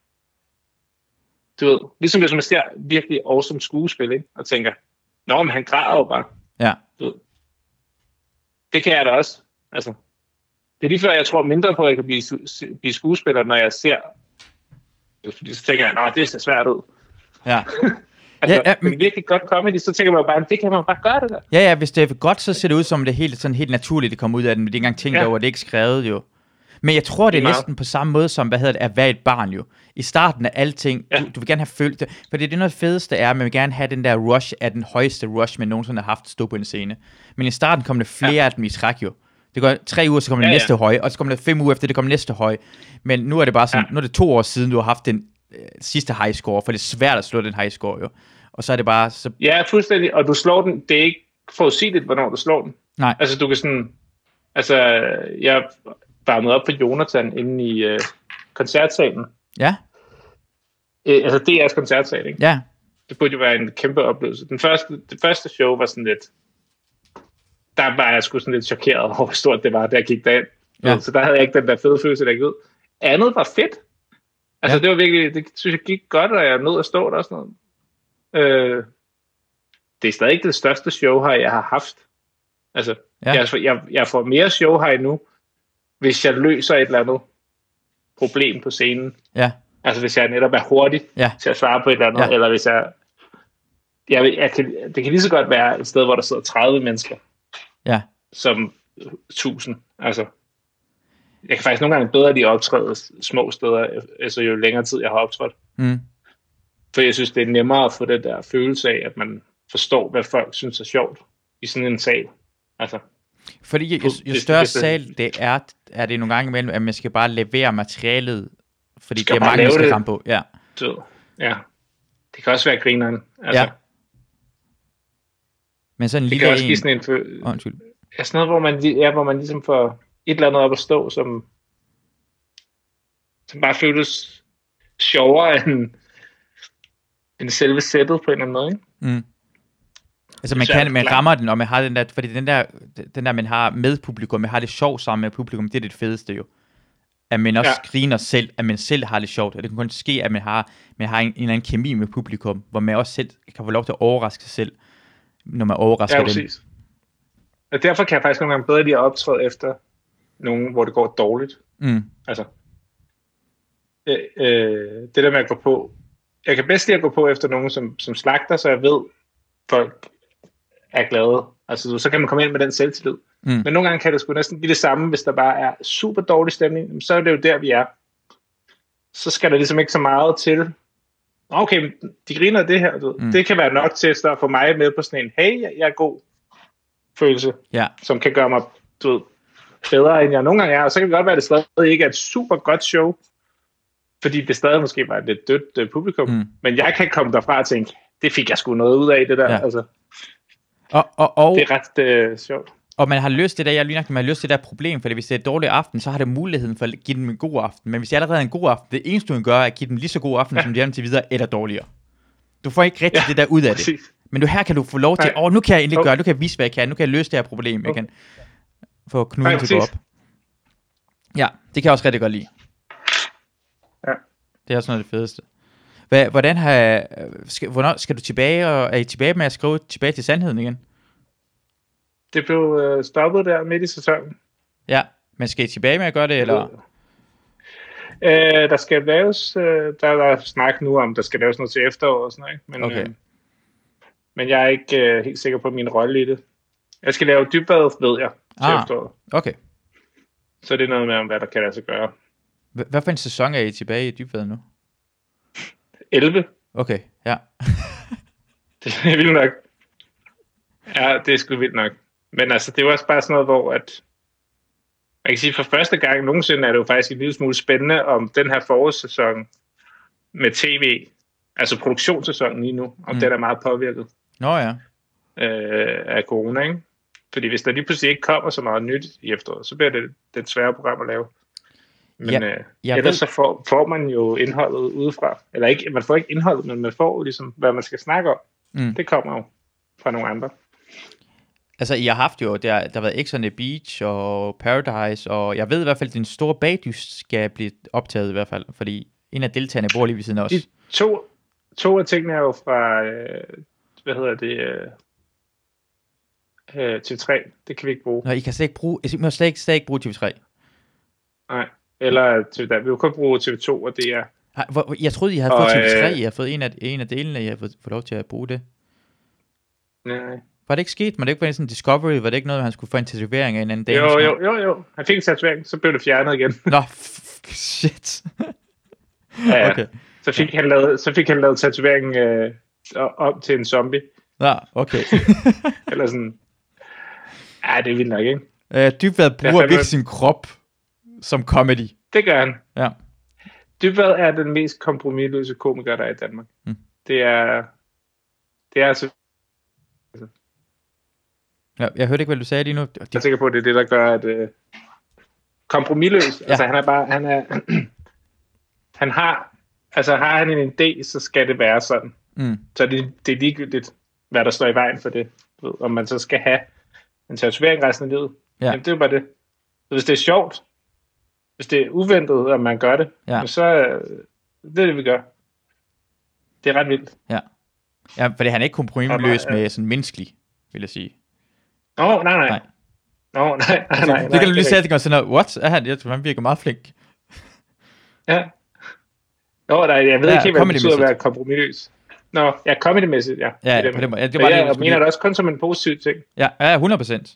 du ved, ligesom hvis man ser virkelig awesome skuespil, ikke? Og tænker, nå, men han græder jo bare. Ja. Du ved. Det kan jeg da også. Altså, det er lige før, jeg tror mindre på, at jeg kan blive, blive skuespiller, når jeg ser. Fordi så tænker jeg, nå, det ser svært ud. Ja. Altså, ja, ja, det er virkelig godt comedy, så tænker man bare, det kan man bare gøre det der. Ja, ja, hvis det er godt, så ser det ud som, det er helt, sådan helt naturligt, det kommer ud af den, men det er ikke engang tænkt ja. Over, det er ikke skrevet jo. Men jeg tror, det er, det er næsten på samme måde, som, hvad hedder det, at være et barn jo. I starten af alting, ja. du, du vil gerne have følt det, for det er noget fedeste er, at man vil gerne have den der rush af den højeste rush, man nogensinde har haft stå på en scene. Men i starten kommer det flere ja. Af dem i træk jo. Det går tre uger, så kommer det ja, næste ja. Høje, og så kommer det fem uger efter, det kommer næste høje. Men nu er det bare sådan, ja. Nu er det to år siden, du har haft den øh, sidste high score, for det er svært at slå den high score jo. Og så er det bare... Så... Ja, fuldstændig. Og du slår den... Det er ikke forudsigeligt, hvornår du slår den. Nej. Altså, du kan sådan... Altså, jeg varmede op for Jonathan inde i øh, koncertsalen. Ja. Æ, altså, D R's koncertsal, ikke? Ja. Det burde jo være en kæmpe oplevelse. Den første, det første show var sådan lidt... Der var jeg sgu sådan lidt chokeret over, hvor stort det var, da jeg gik derind. Ja. Så der havde jeg ikke den der fede følelse, der gik ud. Andet var fedt. Altså, ja. det var virkelig, det synes jeg gik godt, og jeg er nødt at stå der og sådan noget. Øh, det er stadig ikke det største show her, jeg har haft. Altså, ja. jeg, jeg, jeg får mere show her nu, hvis jeg løser et eller andet problem på scenen. Ja. Altså, hvis jeg netop er hurtig ja. til at svare på et eller andet, ja. eller hvis jeg... jeg, jeg kan, det kan lige så godt være et sted, hvor der sidder tredive mennesker. Ja. Som tusind. Altså, jeg kan faktisk nogle gange bedre lide at optræde små steder, altså jo længere tid jeg har optrådt. Mm. For jeg synes, det er nemmere at få det der følelse af, at man forstår, hvad folk synes er sjovt i sådan en sal. Altså, fordi jo, jo, jo større sal det er, er det nogle gange imellem, at man skal bare levere materialet, fordi det er mange, der skal ramme på. Ja. Så, ja. Det kan også være grineren. Altså, ja. Men sådan en det lille kan også en... give sådan en følelse. Oh, undskyld. Ja, sådan noget, hvor man, ja, hvor man ligesom får et eller andet op at stå, som, som bare føles sjovere end, end selve sættet på en eller anden måde, ikke? Mm. Altså man, kan, man rammer den, og man har den der, fordi den der, den der man har med publikum, man har det sjovt sammen med publikum, det er det fedeste jo. At man også ja. griner selv, at man selv har det sjovt, og det kan kun ske, at man har, man har en, en eller anden kemi med publikum, hvor man også selv kan få lov til at overraske sig selv, når man overrasker ja, dem. Præcis. Og derfor kan jeg faktisk nogle gange bedre lide at optræde efter nogen, hvor det går dårligt. Mm. Altså, øh, øh, det der med at gå på, jeg kan bedst lide at gå på efter nogen, som, som slagter, så jeg ved, folk er glade. Altså, så kan man komme ind med den selvtillid. Mm. Men nogle gange kan det sgu næsten give det samme, hvis der bare er super dårlig stemning, så er det jo der, vi er. Så skal der ligesom ikke så meget til. Okay, de griner af det her. Du. Mm. Det kan være nok til at få mig med på sådan en, hey, jeg er god følelse, ja. som kan gøre mig, du ved, bedre, end jeg nogle gange er. Og så kan det godt være, at det stadig ikke er et super godt show, fordi det stadig måske var et lidt dødt uh, publikum. Mm. Men jeg kan komme derfra og tænke, det fik jeg sgu noget ud af, det der. Ja. Altså, og, og, og, det er ret uh, sjovt. Og man har løst det der, jeg lige man har løst det der problem, for hvis det er et dårligt aften, så har det muligheden for at give dem en god aften. Men hvis det allerede er en god aften, det eneste du kan gøre, er at give dem lige så god aften, ja. som de er til videre, eller dårligere. Du får ikke rigtig ja, det der ud af præcis. det. Men du, her kan du få lov til, åh, oh, nu kan jeg endelig gøre, nu kan jeg vise, hvad jeg kan, nu kan jeg løse det her problem, jeg kan få knuden til at gå op. Ja, det kan jeg også rigtig godt lide. Ja. Det er også noget af det fedeste. Hvad, hvordan har, skal, hvornår skal du tilbage, og er I tilbage med at skrive tilbage til sandheden igen? Det blev øh, stoppet der midt i sæsonen. Ja, men skal I tilbage med at gøre det, eller? Øh, der skal laves, øh, der er der snak nu om, der skal laves noget til efterår og sådan noget, men, okay. øh, men jeg er ikke øh, helt sikker på min rolle i det. Jeg skal lave Dybbad, ved jeg, til ah, efteråret. Okay. Så det er noget med, om hvad der kan lade sig gøre. H- hvad for en sæson er I tilbage i Dybbad nu? elleve. Okay, ja. Det er vildt nok. Ja, det er sgu vildt nok. Men altså, det er jo også bare sådan noget, hvor at, man kan sige, for første gang nogensinde er det jo faktisk en lille smule spændende, om den her forårssæson med tv, altså produktionssæsonen lige nu, om mm. den er meget påvirket. Nå ja. Øh, af corona, ikke? Fordi hvis der lige pludselig ikke kommer så meget nyt i efteråret, så bliver det det svære program at lave. Men ja, øh, ellers ved... så får, får man jo indholdet udefra. Eller ikke, man får ikke indholdet, men man får ligesom, hvad man skal snakke om. Mm. Det kommer jo fra nogle andre. Altså, I har haft jo, der, der har været X on the Beach og Paradise, og jeg ved i hvert fald, at din store bagdyst skal blive optaget i hvert fald, fordi en af deltagerne bor lige ved siden af os. De to, to af tingene er jo fra, øh, hvad hedder det, øh, T V tre. Det kan vi ikke bruge. Nå, I kan slet ikke bruge, I må slet ikke, slet ikke bruge T V tre. Nej, eller T V tre. Vi kan kun bruge T V to, og det er... Jeg troede, I havde og, fået T V tre. I har fået en af, en af delene, I har fået, fået lov til at bruge det. Nej. Var det ikke sket? Var det ikke sådan en Discovery? Var det ikke noget, han skulle få en tatovering af en anden dag? Jo, jo, jo, jo. Han fik en tatovering, så blev det fjernet igen. Nå, f- shit. Ja, okay. Så fik, han lavet, så fik han lavet tatoveringen øh, om til en zombie. Ja, okay. Eller sådan. Ja, det er vildt nok, ikke? Øh, Dybbad bruger virkelig sin krop som comedy. Det gør han. Ja. Dybbad er den mest kompromisløse komiker, der er i Danmark. Mm. Det er... Det er altså... Ja, jeg hørte ikke, hvad du sagde lige nu. Jeg er sikker på, at det er det, der gør, at øh, kompromisløs. Ja. Altså, han er bare, han er, han har, altså, har han en idé, så skal det være sådan. Mm. Så det, det er ligegyldigt, hvad der står i vejen for det. Ved, om man så skal have en tatovering resten af livet. Ja. Jamen, det er jo bare det. Så hvis det er sjovt, hvis det er uventet, at man gør det, ja. så det er det, vi gør. Det er ret vildt. Ja, ja, fordi han er ikke kompromisløs ja, med sådan menneskelig, vil jeg sige. Åh, oh, nej, nej. nej. Nå, nej, nej, nej, nej. Det kan du lige sige, at det går sådan noget, what? Er han? Jeg tror, han virker meget flink. Ja. Nå, nej, jeg ved ja, ikke helt, hvad det betyder at være kompromisløs. Nå, ja, comedy-mæssigt, ja. Ja, det, på den måde. Ja, det var jeg, jeg mener det også kun som en positiv ting. Ja, ja, hundrede procent.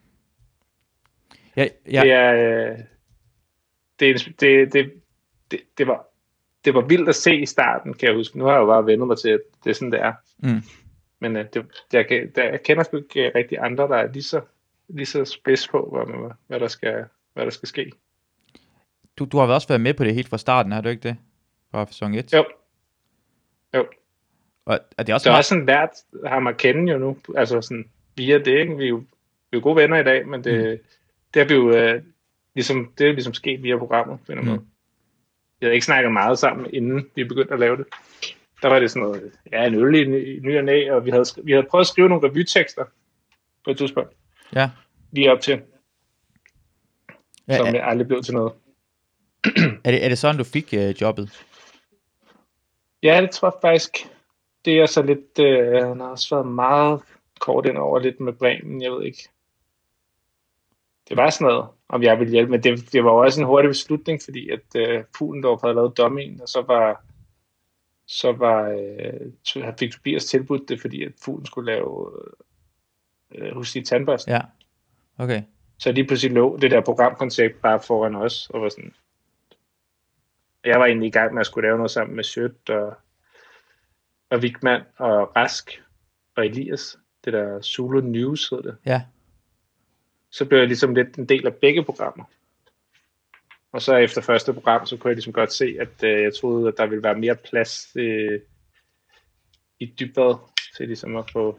Ja, ja. Det er, øh, det, det, det, det, det, var, det var vildt at se i starten, kan jeg huske. Nu har jeg jo bare vendt mig til, at det er sådan, det er. Mm. Men øh, det, jeg, der, jeg kender sgu ikke rigtig andre, der er lige så, lige så spids på, hvad, hvad, der skal, hvad der skal ske. Du, du har også været med på det helt fra starten, har du ikke det? Fra sæson et? Jo. Jo. Og er det også så meget... også sådan lært ham at kende jo nu, altså sådan via det, ikke? Vi er jo, vi er jo gode venner i dag, men det, mm. det er jo øh, ligesom, det er ligesom sket via programmet, på en mm. måde. Vi havde ikke snakket meget sammen, inden vi begyndte at lave det. Der var det sådan noget, ja, en øl i, i ny og næ, og vi havde, vi havde prøvet at skrive nogle revytekster på et tidspunkt. Ja. Lige op til. Ja, som er, jeg aldrig blev til noget. er, det, er det sådan, du fik uh, jobbet? Ja, det tror jeg faktisk. Det er så lidt, øh, han har også været meget kort ind over lidt med Bremen, jeg ved ikke. Det var sådan noget, om jeg ville hjælpe, men det, det var også en hurtig beslutning, fordi at øh, Fuglendorf havde lavet Dummien, og så var, så var, øh, han fik Tobias tilbudt det, fordi at Fuglen skulle lave øh, Husk i tandbørsten. Ja, okay. Så lige pludselig lå det der programkoncept bare foran os, og var sådan, jeg var egentlig i gang med at skulle lave noget sammen med Sjøt og og Wigman og Rask og Elias, det der Zulu News hed det. Ja. Så blev jeg ligesom lidt en del af begge programmer. Og så efter første program, så kunne jeg ligesom godt se, at øh, jeg troede, at der ville være mere plads øh, i Dybvad til ligesom at få...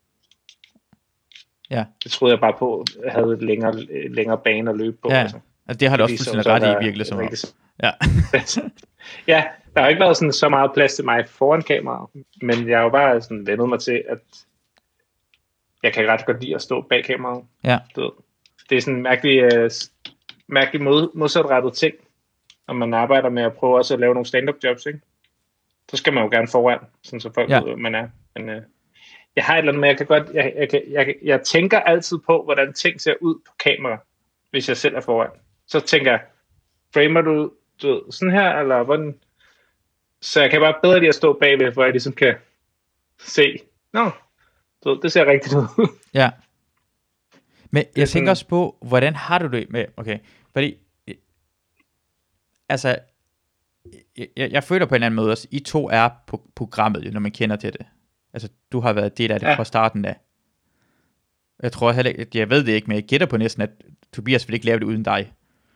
Ja. Det troede jeg bare på, at jeg havde et længere, længere bane at løbe på. Ja, altså. Og det har du også fuldstændig ret i, virkelig som rigtig... Ja. Ja, der har ikke været sådan så meget plads til mig foran kameraet, men jeg har jo bare sådan vendet mig til, at jeg kan ret godt lide at stå bag kameraet. Ja. Det er sådan en mærkelig, uh, mærkelig mod, modsatrettet ting, når man arbejder med at prøve også at lave nogle stand-up jobs, ikke? Så skal man jo gerne foran, sådan så folk ja. ved, man er. Men uh, jeg har et eller andet med, jeg kan godt, jeg, jeg, jeg, jeg, jeg tænker altid på, hvordan ting ser ud på kamera, hvis jeg selv er foran. Så tænker jeg, framer du Du ved, sådan her, eller hvordan? Så jeg kan bare bedre lide at stå bagved, hvor jeg ligesom kan se, nå, du ved, det ser rigtigt ud. Ja. Men jeg tænker også på, hvordan har du det med, okay, fordi, altså, jeg, jeg føler på en eller anden måde også, I to er på programmet, når man kender til det. Altså, du har været del af det ja. fra starten af. Jeg tror heller ikke, jeg ved det ikke, men jeg gætter på næsten, at Tobias vil ikke lave det uden dig.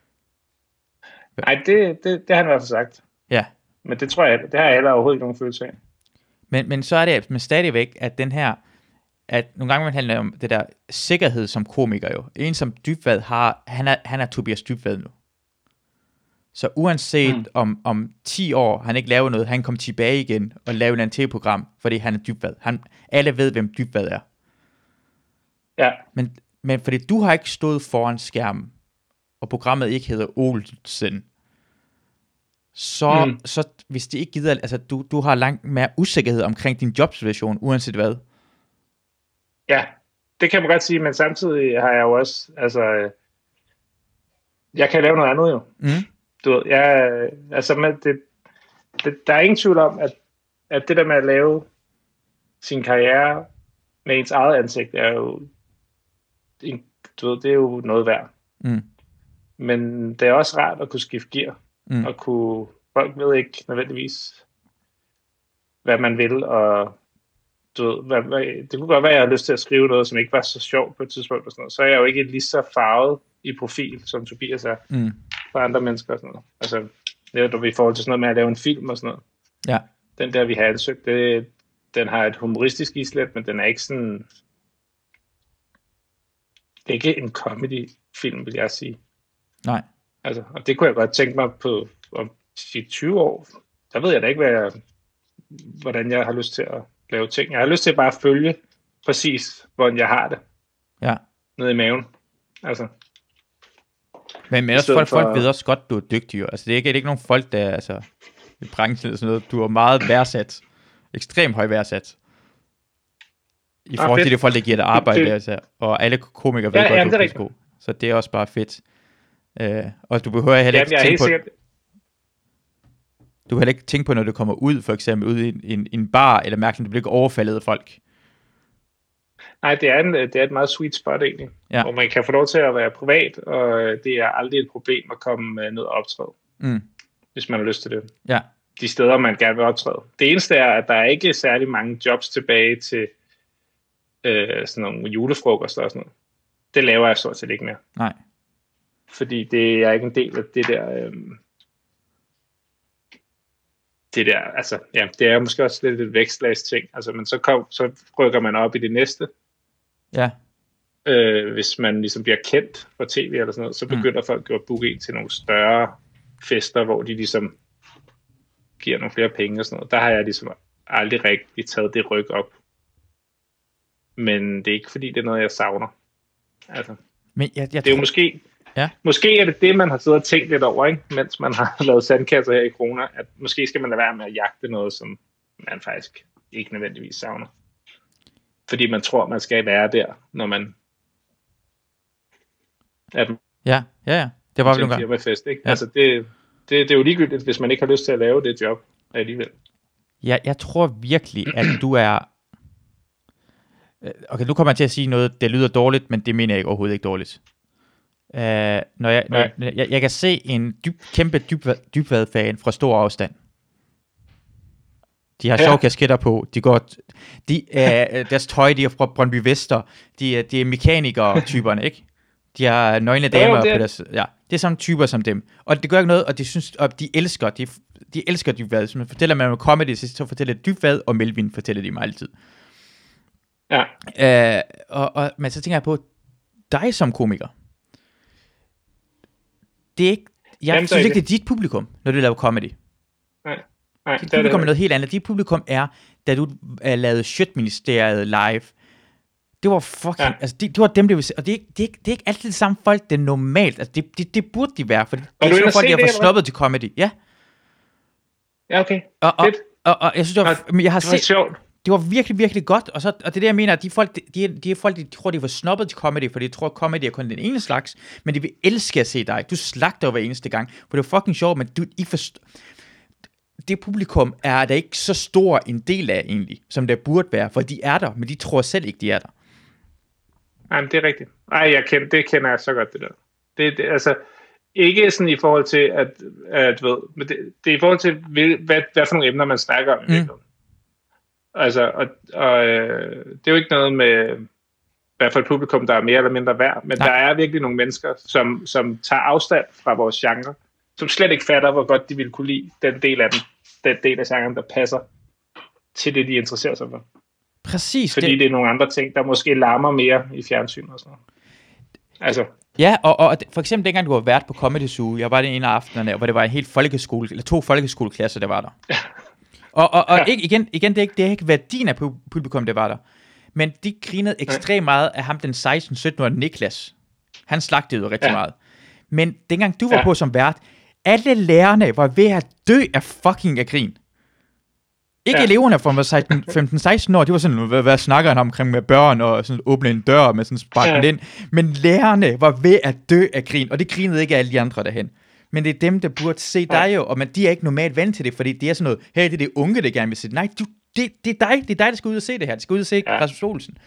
Nej, det, det, det har han i hvert fald sagt. Ja. Men det tror jeg, det har jeg heller overhovedet ikke nogen følelse af. Men, men så er det men stadigvæk, at den her, at nogle gange man handler om det der sikkerhed som komiker jo. En som Dybvad har, han er, han er Tobias Dybvad nu. Så uanset mm. om, om ti år, han ikke laver noget, han kommer tilbage igen og laver et T V-program, fordi han er Dybvad. Han, alle ved, hvem Dybvad er. Ja. Men, men fordi du har ikke stået foran skærmen, og programmet ikke hedder Olsen, så, mm. så hvis det ikke gider, altså du, du har langt mere usikkerhed omkring din jobsituation, uanset hvad. Ja, det kan man godt sige, men samtidig har jeg jo også, altså, jeg kan lave noget andet jo. Mm. Du ved, jeg, altså, med det, det, der er ingen tvivl om, at, at det der med at lave sin karriere med ens eget ansigt, er jo, du ved, det er jo noget værd. Mm. Men det er også rart at kunne skifte gear, mm. og kunne, folk ved ikke nødvendigvis, hvad man vil, og du ved, hvad, hvad, det kunne godt være, at jeg har lyst til at skrive noget, som ikke var så sjovt på et tidspunkt, og sådan noget. Så er jeg jo ikke lige så farvet i profil, som Tobias er, mm. for andre mennesker og sådan noget. Altså, det er jo i forhold til sådan noget med at lave en film og sådan noget. Ja. Den der, vi har ansøgt, det, den har et humoristisk islet, men den er ikke sådan, det er ikke en comedy-film, vil jeg sige. Nej. Altså, og det kunne jeg godt tænke mig på om tyve år. Der ved jeg da ikke, hvad jeg, hvordan jeg har lyst til at lave ting. Jeg har lyst til at bare følge præcis, hvordan jeg har det. Ja. Nede i maven. Altså. Men, men også folk, for... folk ved også godt, du er dygtig. Altså, det er ikke, det er ikke nogen folk, der altså, i branchen eller sådan noget. Du er meget værdsat. Ekstremt høj værdsat. I forhold til de folk, der giver dig arbejde. Det, det... Altså, og alle komikere ved ja, godt, du er god. Så det er også bare fedt. Uh, og du behøver heller ikke tænke på... Sikkert... Du kan heller ikke tænke på, når du kommer ud, for eksempel ud i en, en, en bar, eller mærke, at du bliver ikke overfaldet af folk. Nej, det er, en, det er et meget sweet spot egentlig, ja. Hvor man kan få lov til at være privat, og det er aldrig et problem at komme ned og optræde, mm. hvis man har lyst til det. Ja. De steder, man gerne vil optræde. Det eneste er, at der er ikke særlig mange jobs tilbage til øh, sådan nogle julefrokoster og sådan noget. Det laver jeg stort set ikke mere. Nej. Fordi det er ikke en del af det der... Øh, det der, altså, ja, det er måske også lidt et vækstlags ting. Altså, men så, kom, så rykker man op i det næste. Ja. Øh, hvis man ligesom bliver kendt på tv eller sådan noget, så begynder mm. folk at booke ind til nogle større fester, hvor de ligesom giver nogle flere penge og sådan noget. Der har jeg ligesom aldrig rigtig taget det ryk op. Men det er ikke fordi, det er noget, jeg savner. Altså, men jeg, jeg det er jo tror... måske... Ja. Måske er det det, man har siddet og tænkt lidt over, ikke? Mens man har lavet sandkasser her i Corona, at måske skal man lade være med at jagte noget, som man faktisk ikke nødvendigvis savner. Fordi man tror, man skal være der, når man er ja, ja, ja. Det var vel nogle gange. Fest, ikke? Ja. Altså, det, det, det er jo ligegyldigt, hvis man ikke har lyst til at lave det job alligevel. Ja, jeg tror virkelig, at du er... Okay, nu kommer jeg til at sige noget, det lyder dårligt, men det mener jeg ikke overhovedet ikke dårligt. Uh, når jeg, når jeg, jeg, jeg kan se en dyb, kæmpe dybvad-fan fra stor afstand. De har ja. sjove kasketter på. De går, de, uh, deres tøj, de er fra Brøndby Vester. De, de er mekanikere-typerne, ikke? De har nøgne damer ja, på deres... Ja, det er sådan typer som dem. Og det gør ikke noget, og de synes, og de elsker, de, de elsker Dybvad. Så man fortæller man om comedy, så fortæller Dybvad, og Melvin fortæller de mig altid. Ja. Uh, og, og, men så tænker jeg på, dig som komiker, det er ikke, jeg Jamen, synes ikke, det er dit publikum, når du laver comedy. Nej, nej. Dit publikum er, er noget helt andet. Dit publikum er, da du uh, lavede Shitministeriet live, det var fucking, ja. altså det, det var dem, det vil se, og det er, ikke, det, er ikke, det er ikke altid det samme folk, det er normalt, altså det, det, det burde de være, for det er sådan folk, der er forsnoppet til comedy, ja. Ja, okay, og, og, og, og jeg synes, det var, Nå, jeg har det var set, sjovt. Det var virkelig, virkelig godt, og, så, og det er det, jeg mener, at de folk, de, de er folk, de tror, de var snobbet til comedy, for de tror, at comedy er kun den ene slags, men de vil elske at se dig. Du slagter hver eneste gang, for det var fucking sjovt, men du ikke forstår... Det publikum er der ikke så stor en del af, egentlig, som der burde være, for de er der, men de tror selv ikke, de er der. Jamen, det er rigtigt. Ej, jeg kender, det kender jeg så godt, det der. Det, det, altså, ikke sådan i forhold til, at, at ved, men det, det er i forhold til, hvad, hvad for nogle emner, man snakker om. Mm. Altså, og, og øh, det er jo ikke noget med, i hvert fald publikum, der er mere eller mindre værd, men Nej. Der er virkelig nogle mennesker, som, som tager afstand fra vores genre, som slet ikke fatter, hvor godt de ville kunne lide den del af den, den del af genren, der passer til det, de interesserer sig for. Præcis. Fordi det, det er nogle andre ting, der måske larmer mere i fjernsyn og sådan noget. Altså. Ja, og, og for eksempel dengang du var vært på Comedy Zoo, jeg var det en af aftenerne, hvor det var en helt folkeskole, eller to folkeskoleklasser, der var der. Og, og, og ja. ikke, igen, igen det, er ikke, det er ikke værdien af publikum, det var der. Men de grinede ekstremt meget af ham, den seksten-sytten-årige Niklas. Han slagtede jo rigtig ja. meget. Men dengang du var ja. på som vært, alle lærerne var ved at dø af fucking af grin. Ikke ja. eleverne fra femten seksten år, de var sådan, hvad, hvad snakker han omkring med børn, og sådan åbne en dør med sådan sparken ja. ind. Men lærerne var ved at dø af grin, og det grinede ikke alle de andre derhen. Men det er dem, der burde se dig jo, og man, de er ikke normalt vant til det, fordi det er sådan noget, hey, det er det unge, der gerne vil se det. Nej, du, det, det er dig, det er dig, der skal ud og se det her. Det skal ud og se ja. Rasmus Olsen.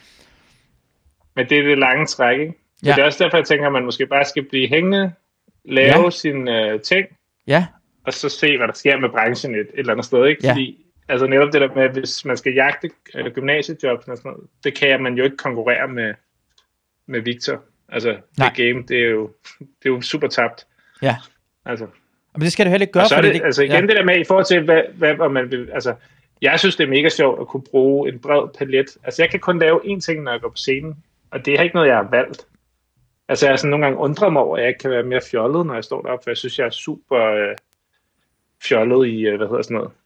Men det er det lange træk, ikke? Ja. Det er også derfor, jeg tænker, at man måske bare skal blive hængende, lave ja. sine uh, ting, ja. og så se, hvad der sker med branchen et, et eller andet sted, ikke? Fordi, ja. altså netop det der med, hvis man skal jagte uh, gymnasiejobs og sådan noget, det kan man jo ikke konkurrere med, med Victor. Altså, Nej. det game, det er jo, det er jo super tabt. Ja. Altså. Men det skal du heller ikke gøre. Og så er det, det altså igen ja. det der med, i forhold til, hvad, hvad, hvad man vil, altså, jeg synes, det er mega sjovt at kunne bruge en bred palet. Altså, jeg kan kun lave én ting, når jeg går på scenen, og det er ikke noget, jeg har valgt. Altså, jeg er sådan nogle gange undrer mig over, at jeg ikke kan være mere fjollet, når jeg står deroppe, for jeg synes, jeg er super øh, fjollet i, øh, hvad hedder sådan noget,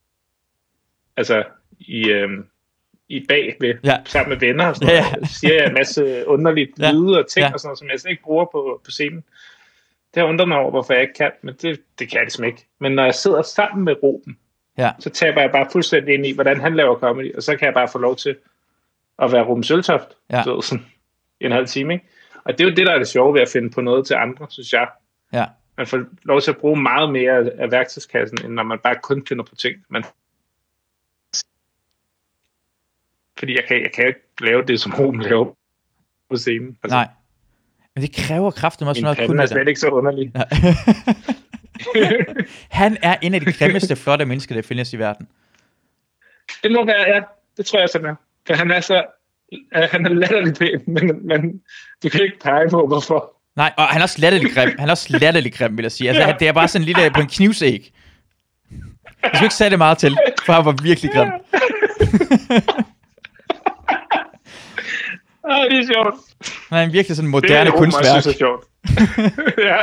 altså, i, øh, i bag ved, ja. sammen med venner og sådan noget. Ja, ja. Så siger jeg en masse underligt lyde ja. og ting ja. og sådan noget, som jeg slet ikke bruger på, på scenen. Det har undret mig over, hvorfor jeg ikke kan, men det, det kan jeg ligesom ikke. Men når jeg sidder sammen med Ruben, ja. så taber jeg bare fuldstændig ind i, hvordan han laver comedy, og så kan jeg bare få lov til at være Ruben Søltoft, ja. Så sådan en halv time, ikke? Og det er jo det, der er det sjove ved at finde på noget til andre, synes jeg. Ja. Man får lov til at bruge meget mere af værktøjskassen, end når man bare kun finder på ting. Men fordi jeg kan, jeg kan ikke lave det, som Ruben laver på scenen. Altså, nej. Men det kræver kraftigt også noget at kunne. Han er slet ikke så underlig. Han er en af de grimmeste, flotte mennesker, der findes i verden. Det må være, ja. Det tror jeg sådan er. For han er så... Han er latterligt pæn, men, men du kan ikke pege på, hvorfor. Nej, og han er også latterligt grim. Han er også latterligt grim, vil jeg sige. Altså, ja. Det er bare sådan en lille på en knivsæg. Jeg skulle ikke sætte det meget til, for han var virkelig grim. Ej, det er sjovt. Han er en virkelig sådan moderne det er kunstværk. Det er sjovt. Ja.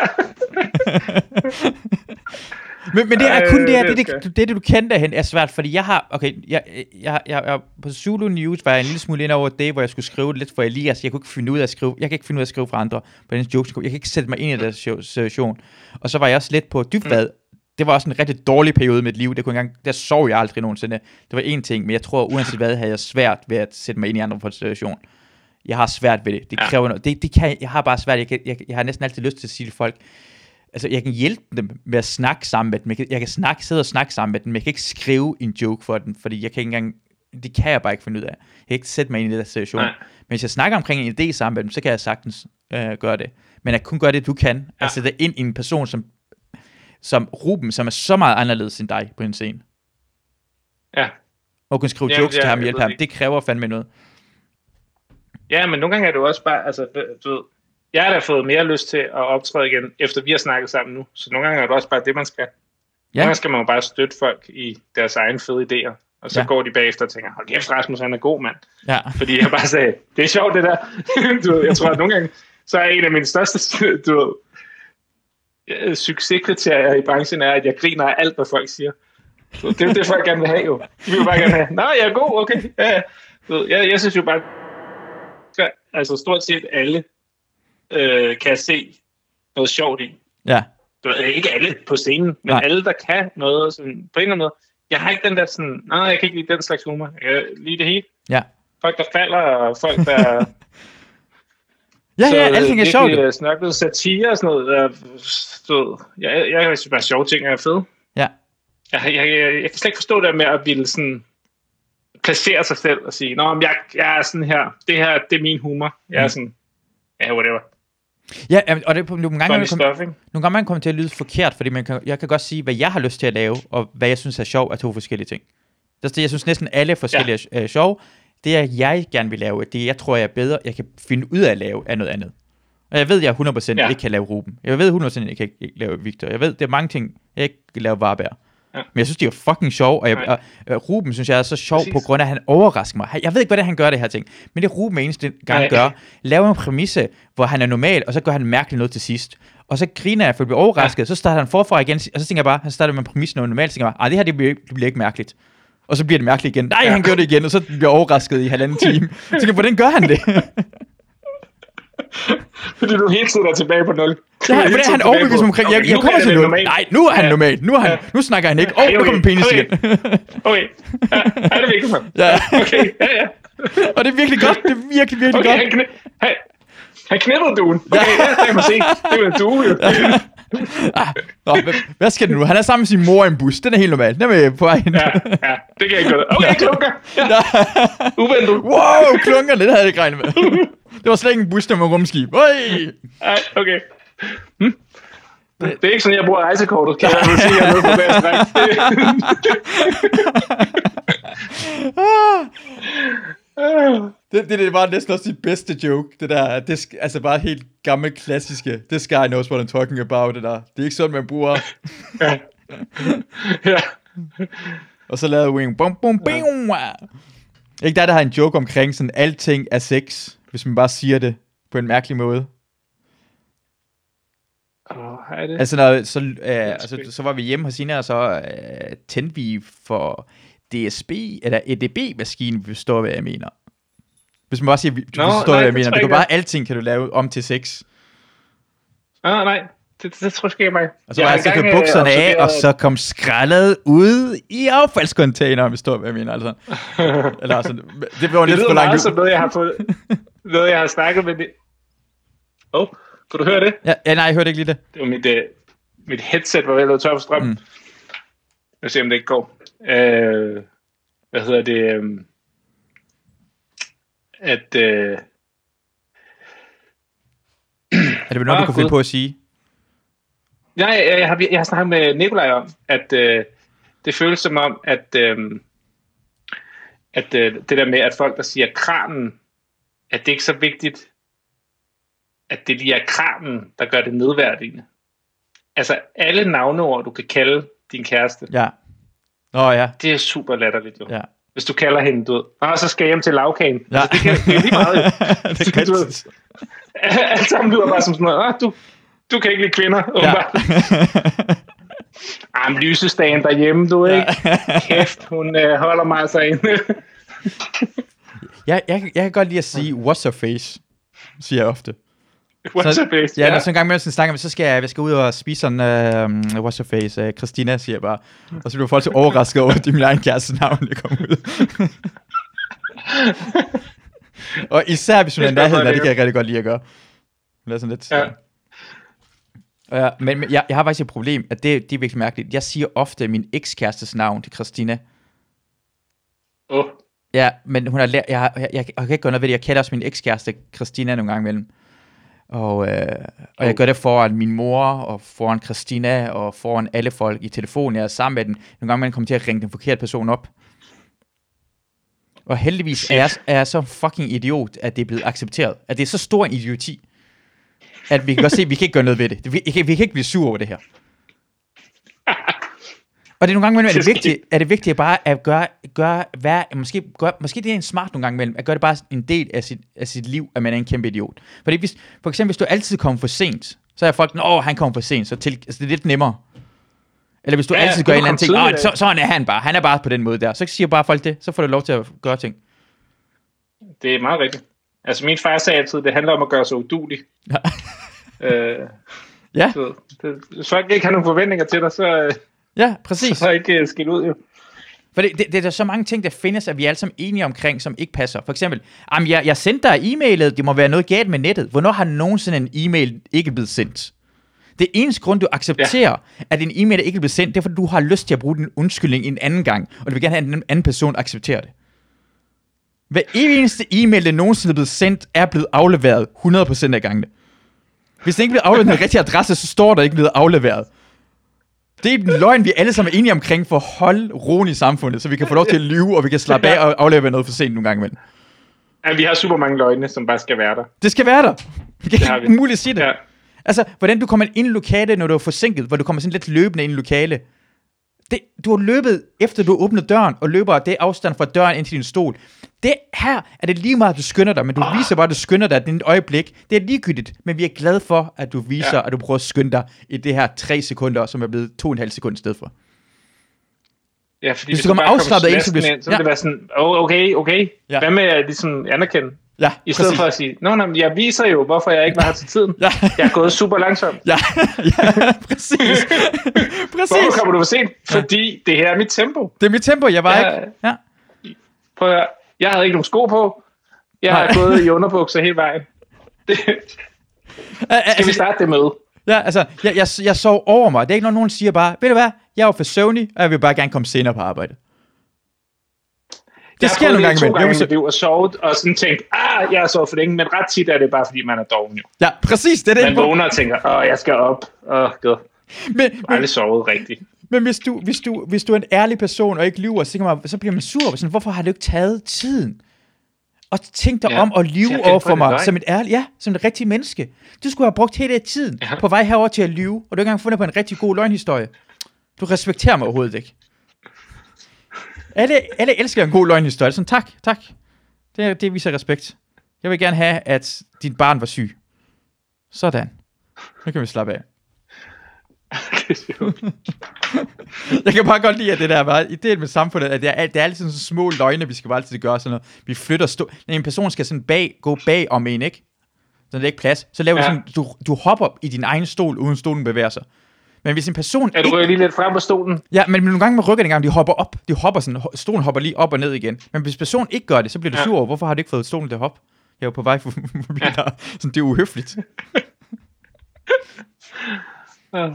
men, men det er kun det, her, det, det, det, det, det du kender derhen er svært, fordi jeg har, okay, jeg, jeg, jeg, jeg på Zulu News var jeg en lille smule ind over det, hvor jeg skulle skrive det lidt for Elias. Jeg kunne ikke finde ud af at skrive, jeg kan ikke finde ud af at skrive for andre på den jokes. Jeg kan ikke sætte mig ind i den situation. Og så var jeg også lidt på Dybvad. Mm. Det var også en rigtig dårlig periode i mit liv. Det kunne engang, der sov jeg aldrig nogensinde. Det var en ting, men jeg tror, uanset hvad, havde jeg svært ved at sætte mig ind i andre på en situation. Jeg har svært ved det. Det kræver ja. noget. Det, det kan, jeg har bare svært. Jeg, kan, jeg, jeg har næsten altid lyst til at sige til folk, altså jeg kan hjælpe dem med at snakke sammen med dem. Jeg kan, jeg kan snakke, sidde og snakke sammen med dem, men jeg kan ikke skrive en joke for dem, fordi jeg kan ikke engang, det kan jeg bare ikke finde ud af. Jeg kan ikke sætte mig ind i den situation. Nej. Men hvis jeg snakker omkring en idé sammen med dem, så kan jeg sagtens øh, gøre det. Men jeg kun gøre det, du kan. Ja. Altså sætte ind i en person, som, som Ruben, som er så meget anderledes end dig på en scene. Ja. Og kunne skrive Jamen, jokes ja, til ham og hjælpe ham. Det kræver fandme noget. Ja, men nogle gange er det også bare, altså, du ved, jeg har da fået mere lyst til at optræde igen, efter vi har snakket sammen nu. Så nogle gange er det også bare det, man skal. Ja. Nogle gange skal man jo bare støtte folk i deres egen fede idéer. Og så ja. går de bagefter og tænker, hold kæft, Rasmus, han er god, mand. Ja. Fordi jeg bare sagde, det er sjovt det der. Du ved, jeg tror, at nogle gange, så er en af mine største, du ved, succeskriterier i branchen er, at jeg griner af alt, hvad folk siger. Så det er det, folk gerne vil have jo. De vil bare gerne have, nå, jeg er god, okay. Ja, ja. Jeg, jeg synes jo bare, altså stort set alle øh, kan se noget sjovt i. Ja. Du ved, ikke alle på scenen, men Nej. alle, der kan noget sådan, på en eller anden måde. Jeg har ikke den der sådan, nej, jeg kan ikke lide den slags humor. Jeg kan lide det hele. Ja. Folk, der falder, og folk, der... ja, ja, alting er sjovt. Så snakket satire og sådan noget. Så, jeg, jeg synes bare, sjove ting er fede. Ja. Jeg, jeg, jeg, jeg kan slet ikke forstå det med at ville sådan placere sig selv og sige, nå, men jeg, jeg er sådan her, det her, det er min humor. Jeg er sådan, ja, whatever. Ja, og det, nogle gange stuff, nogle gange man kommer til at lyde forkert, fordi man kan, jeg kan godt sige, hvad jeg har lyst til at lave, og hvad jeg synes er sjov, er to forskellige ting. Det er det, jeg synes næsten alle forskellige ja. er sjov. Det er, jeg gerne vil lave, det jeg tror, jeg er bedre, jeg kan finde ud af at lave, er noget andet. Og jeg ved, jeg hundrede procent ja. ikke kan lave Ruben. Jeg ved hundrede procent, jeg kan ikke lave Victor. Jeg ved, det er mange ting, jeg ikke kan lave Varberg. Ja. Men jeg synes, det er fucking sjov, og, jeg, og, og Ruben synes jeg er så sjov Præcis. på grund af, at han overrasker mig. Jeg ved ikke, hvordan han gør det her ting, men det Ruben eneste gang ja. gør, laver en præmisse, hvor han er normal, og så gør han mærkeligt noget til sidst. Og så griner jeg, for at blive overrasket, ja. så starter han forfra igen, og så tænker jeg bare, han starter med en præmisse noget normalt, så tænker jeg bare, det her det bliver, det bliver ikke mærkeligt. Og så bliver det mærkeligt igen. Nej, ja. han gør det igen, og så bliver jeg overrasket i halvanden time. Så tænker jeg, hvordan gør han det? Fordi du hele tiden er tilbage på nul. Ja, for det er han overbevist omkring. Jeg, jeg kommer til nul. Nej, nu er han ja. normal. Nu, er han, ja. nu snakker han ikke. Åh, oh, nu kommer penis igen. Okay. Ja, er det virkelig, mand? Ja. Okay, ja, ja. Og det er virkelig godt. Det er virkelig, virkelig okay, godt. Han, kn- han, han knippede duen. Okay, ja, det kan man se. Det er en due, jo. ah, nå, hvad, hvad skal det nu? Han er sammen med sin mor i en bus. Den er helt normal. Den er med på vejen. Ja, ja, det kan jeg ikke gøre. Okay, klunker. Ja. Uventet. Wow, klunker. Det havde jeg ikke regnet med. Det var slet ikke en bus, der var rumskib. Oj! Ej, okay. Hm? Det, det er ikke sådan, jeg bruger rejsekortet. Kan jeg sige, jeg er nede på hver stræk. Det, det, det var næsten også dit bedste joke, det der, det, altså bare helt gammel klassiske, this guy knows what I'm talking about, det der. Det er ikke sådan, man bruger. Ja. Ja. Og så lavede Wing, bum, bum, bing. Ikke der, der har en joke omkring sådan, alting er sex, hvis man bare siger det på en mærkelig måde. Oh, er det? Altså, når, så, øh, altså, så var vi hjemme hos hende, og så øh, tændte vi for D S B, eller E D B-maskinen, hvis du forstår, hvad jeg mener. Hvis man bare siger, du Nå, forstår, nej, hvad jeg mener. Det kan bare, alting kan du lave om til sex. Ah, nej. det, det tror jeg ikke mig. Og så var jeg så købt bukserne af, og så kom skraldet ud i affaldscontaineren, hvis du hvad jeg mener, altså. Eller sådan, det blev lidt for langt ud. Det noget, jeg har fået, noget, jeg har snakket med det. Åh, oh, kunne du høre det? Ja, ja, nej, jeg hørte ikke lige det. Det var mit, uh, mit headset, var ved at tør for strøm. Mm. Jeg ser, om det ikke går. Uh, hvad hedder det? Um, at... Uh, er det vel noget, ah, du kunne finde på at sige? Nej, jeg, jeg, har, jeg har snakket med Nikolaj om, at øh, det føles som om, at, øh, at øh, det der med, at folk, der siger kranen, at det ikke er så vigtigt, at det lige er kranen, der gør det nedværdigende. Altså, alle navneord, du kan kalde din kæreste, ja. Åh, ja. Det er super latterligt, jo. Ja. Hvis du kalder hende død. Og så skal jeg hjem til lavkagen. Ja. Altså, det, kan, det er lige meget, jo. Det kan du. Alt sammen lyder bare som sådan noget. Du, du kan ikke lide kvinder, åbenbart. Ja. Ah, men lysestagen derhjemme, du, ikke? Ja. Kæft, hun øh, holder mig så inde. jeg, jeg, jeg kan godt lide at sige, what's her face, siger jeg ofte. What's så, her face? Ja, ja. Når så en gang med sådan snakker, så skal jeg, jeg skal ud og spise sådan, uh, what's her face, uh, Christina, siger jeg bare. Og så bliver folk så overrasket over, at det er min egen kæreste navn, det kommer ud. Og især hvis hun er nærheden, det kan jeg rigtig godt lide at gøre. Det er sådan lidt... Ja. Ja, men, men jeg, jeg har faktisk et problem, at det, det er virkelig mærkeligt. Jeg siger ofte min ekskærestes navn til Christina. Åh. Oh. Ja, men hun har lært, jeg, jeg, jeg, jeg kan ikke gøre noget ved det. Jeg kender også min ekskæreste Christina nogle gange imellem. Og, øh, og jeg gør det foran min mor, og foran Christina, og foran alle folk i telefonen. Jeg er sammen med den. Nogle gange man kommer til at ringe den forkerte person op. Og heldigvis er jeg, er jeg så fucking idiot, at det er blevet accepteret. At det er så stor en idioti, at vi kan godt se, at vi kan ikke gøre noget ved det. Vi, vi, kan, vi kan ikke blive sure over det her. Og det er nogle gange imellem, er det vigtigt, er det vigtigt bare at gøre, gøre hvad, måske, gøre, måske det er en smart nogle gange imellem, at gøre det bare en del af sit, af sit liv, at man er en kæmpe idiot. Fordi hvis, for eksempel, hvis du altid kommer for sent, så er folk, åh, han kommer for sent, så til, altså, det er lidt nemmere. Eller hvis du ja, altid gør en eller anden ting, åh, så, så er han bare, han er bare på den måde der. Så siger bare folk det, så får du lov til at gøre ting. Det er meget rigtigt. Altså min far sagde altid, det handler om at gøre sig uduelig. Ja. øh, ja. Så, det, hvis folk ikke har nogen forventninger til dig, så... Ja, præcis. Så er ikke uh, skidt ud, jo. For det, det, det er der så mange ting, der findes, at vi er alle sammen enige omkring, som ikke passer. For eksempel, jamen, jeg, jeg sendte dig e-mailet, det må være noget galt med nettet. Hvornår har nogensinde en e-mail ikke blevet sendt? Det eneste grund, du accepterer, ja. At en e-mail ikke er blevet sendt, det er, fordi du har lyst til at bruge din undskyldning en anden gang, og du vil gerne have, at en anden person accepterer det. Hver eneste e-mail, der nogensinde er blevet sendt, er blevet afleveret hundrede procent af gangene. Hvis det ikke bliver afleveret den rigtige adresse, så står der ikke blevet afleveret. Det er en løgn, vi alle sammen er enige omkring for at holde roen i samfundet, så vi kan få lov til at lyve, og vi kan slappe af og aflevere noget for sent nogle gange imellem. Ja, vi har super mange løgne, som bare skal være der. Det skal være der. Vi kan ikke umuligt sige det. Ja. Altså, hvordan du kommer ind i lokale, når du er forsinket, hvor du kommer sådan lidt løbende ind i lokale. Det, du har løbet, efter du åbner døren, og løber det afstand fra døren ind til din stol. Det her er det lige meget, at du skynder dig, men du oh. viser bare, at du skynder dig i et øjeblik. Det er ligegyldigt, men vi er glade for, at du viser, ja. At du prøver at skynde dig i det her tre sekunder, som er blevet to og en halv sekund i stedet for. Ja, fordi hvis, hvis du kommer afslappet ind, så bliver så vil ja. Det være sådan, oh, okay, okay. Ja. Hvad med at ligesom anerkende? Ja, i stedet præcis. For at sige, nå, nå, jeg viser jo, hvorfor jeg ikke var her til tiden. Ja. Jeg er gået super langsomt. Ja, ja præcis. præcis. Hvorfor kommer du for sent? Fordi det her er mit tempo. Det er mit tempo, jeg var jeg, ikke. Ja. Prøv at, jeg havde ikke nogen sko på. Jeg har gået i underbukser hele vejen. Det, skal vi starte det med? Ja, altså, jeg, jeg, jeg sov over mig. Det er ikke noget, nogen siger bare, ved du hvad, jeg er for søvnig, og jeg vil bare gerne komme senere på arbejde. Det sker nogle gange, men jeg har prøvet og sovet, og sådan tænkt, ah, jeg har sovet for længe, men ret tit er det bare, fordi man er doven jo. Ja, præcis, det er det. Man vågner og tænker, åh, jeg skal op, åh, gud. Men, jeg har aldrig sovet rigtigt. Men hvis du, hvis, du, hvis du er en ærlig person, og ikke lyver, så, man, så bliver man sur, sådan, hvorfor har du ikke taget tiden? Og tænk dig ja, om at lyve over for mig, som et ærlig, ja, som et rigtigt menneske. Du skulle have brugt hele tiden ja. På vej herover til at lyve, og du har ikke engang fundet på en rigtig god løgnhistorie. Du respekterer mig overhovedet ikke. Alle, alle elsker en god løgnhistorie. Sådan, tak, tak. Det, det viser respekt. Jeg vil gerne have, at dit barn var syg. Sådan. Nu kan vi slappe af. Jeg kan bare godt lide, at det der var ideen med samfundet, at det er, det er altid sådan små løgne, vi skal bare altid gøre sådan noget. Vi flytter stå... En person skal sådan bag, gå bag om en, ikke? så der er ikke plads, så laver ja. du sådan, du, du hopper i din egen stol, uden stolen bevæger sig. Men hvis en person ja, du ryger lige lidt frem på stolen. Ja, men nogle gange med ryggen en gang, de hopper op, de hopper sådan, stolen hopper lige op og ned igen. Men hvis personen ikke gør det, så bliver du ja. sur over, hvorfor har du ikke fået stolen til at hoppe? Jeg er jo på vej forbi ja. der. Sådan, det er uhøfligt. ja.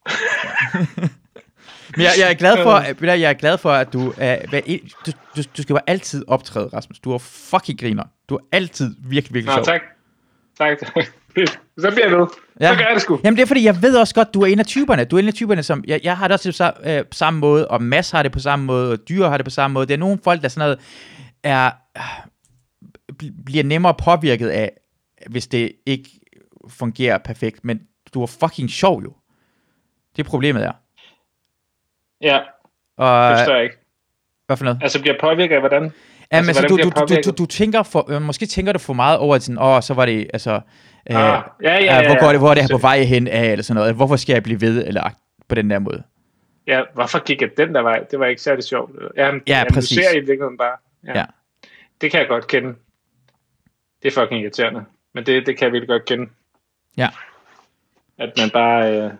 Men jeg, jeg er glad for, at, jeg er glad for, at du, uh, du, du, du skal jo altid optræde, Rasmus. Du er fucking griner. Du er altid virkelig, virkelig sjov. Nå, tak. Tak. Så bliver jeg ved. Ja. Så gør jeg det sgu. Jamen det er fordi, jeg ved også godt, du er en af typerne. Du er en af typerne, som, jeg, jeg har det også på øh, samme måde, og Mads har det på samme måde, og Dyr har det på samme måde. Det er nogle folk, der sådan noget, er, bliver nemmere påvirket af, hvis det ikke fungerer perfekt. Men du er fucking sjov jo. Det er problemet er. Ja, og, det forstår jeg ikke. Hvad for noget? Altså bliver påvirket af hvordan? Ja, altså, altså, du, du, du, du, du tænker for, øh, måske tænker du for meget over, at sådan, åh, så var det, altså, øh, ah, ja, ja, ja, hvor går det, hvor er det her på vej hen af, eller sådan noget, hvorfor skal jeg blive ved, eller på den der måde. Ja, hvorfor gik jeg den der vej? Det var ikke særlig sjovt. Ja, ja præcis. Du ser i virkeligheden bare. Ja. ja. Det kan jeg godt kende. Det er fucking irriterende, men det, det kan jeg virkelig godt kende. Ja. At man bare... Øh...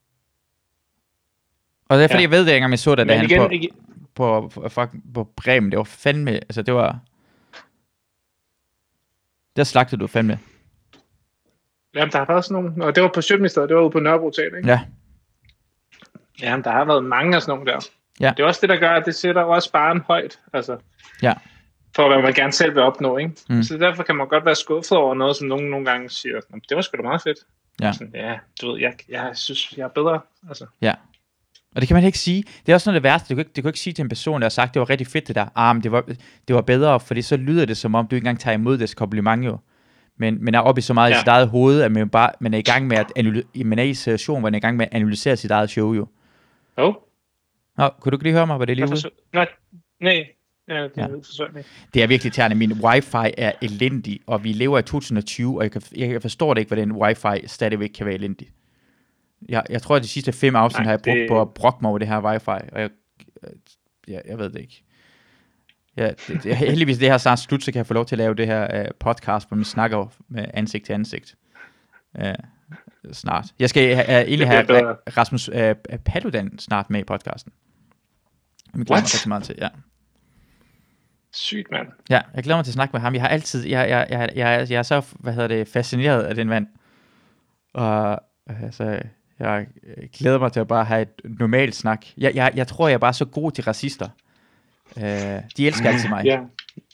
Og det er fordi, ja. jeg ved det ikke engang, jeg så det, da han igen, på... ikke... På, på, på Bremen, det var fandme, altså det var, der slagtede du fandme. Jamen, der har været sådan nogle, og det var på Sjøtministeriet, det var ude på Nørrebro Teater, ikke? Ja. Jamen, der har været mange af sådan nogle der. Ja. Det er også det, der gør, at det sætter også barren højt, altså. Ja. For hvad man gerne selv vil opnå, ikke? Mm. Så derfor kan man godt være skuffet over noget, som nogen nogle gange siger, det var sgu da meget fedt. Ja. Sådan, ja, du ved, jeg, jeg synes, jeg er bedre, altså. Ja. Og det kan man ikke sige. Det er også noget af det værste. Du kan, ikke, du kan ikke sige til en person, der har sagt, det var rigtig fedt det der. Ah, men det var, det var bedre, fordi så lyder det som om, du ikke engang tager imod det kompliment jo. Men man er oppe i så meget ja. i sit eget hoved, at man, bare, man er i gang med at analysere, man er i situation, hvor man er i gang med at analysere sit eget show jo. Jo. Oh. Nå, kunne du ikke lige høre mig, hvad det er lige ude? Nej, nej. Ja, det, er ja. det er virkelig tærende. Min wifi er elendig, og vi lever i to tusind og tyve, og jeg, kan, jeg forstår det ikke, hvordan wifi stadigvæk kan være elendig. Jeg, jeg tror, at de sidste fem afsnit Nej, har jeg brugt det... på at brokke mig over det her wifi, og jeg, jeg, jeg ved det ikke. Ja, det, det, heldigvis det her snart slut, så kan jeg få lov til at lave det her uh, podcast, hvor man snakker med ansigt til ansigt. Uh, snart. Jeg skal uh, egentlig have Rasmus uh, Paludan snart med i podcasten. Jeg glæder mig rigtig meget til, ja. Sygt, mand. Ja, jeg glæder mig til at snakke med ham. Jeg har altid, jeg, jeg, jeg, jeg, jeg er så, hvad hedder det, fascineret af den mand. Og altså... Jeg glæder mig til at bare have et normalt snak. Jeg, jeg, jeg tror, jeg er bare så god til racister. Uh, de elsker altid mig. Ja.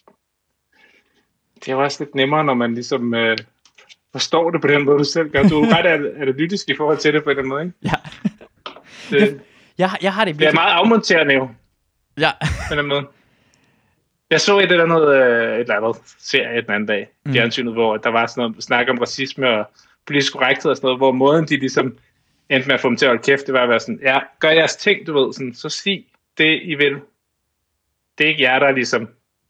Det er jo også lidt nemmere, når man ligesom uh, forstår det på den måde, du selv gør. Du er ret analytisk i forhold til det på den måde, ikke? Ja. Det, jeg, jeg, jeg har det virkelig... Det er meget afmonterende jo. Ja. På den måde. Jeg så et eller andet, uh, et eller andet serie den anden dag, mm. fjernsynet, hvor der var sådan noget snak om racisme og politisk korrekthed og sådan noget, hvor måden de ligesom endte med at få dem til at holde kæft, det var at være sådan, ja, gør jeres ting, du ved, sådan, så sig det, I vil. Det er ikke jer, der ligesom,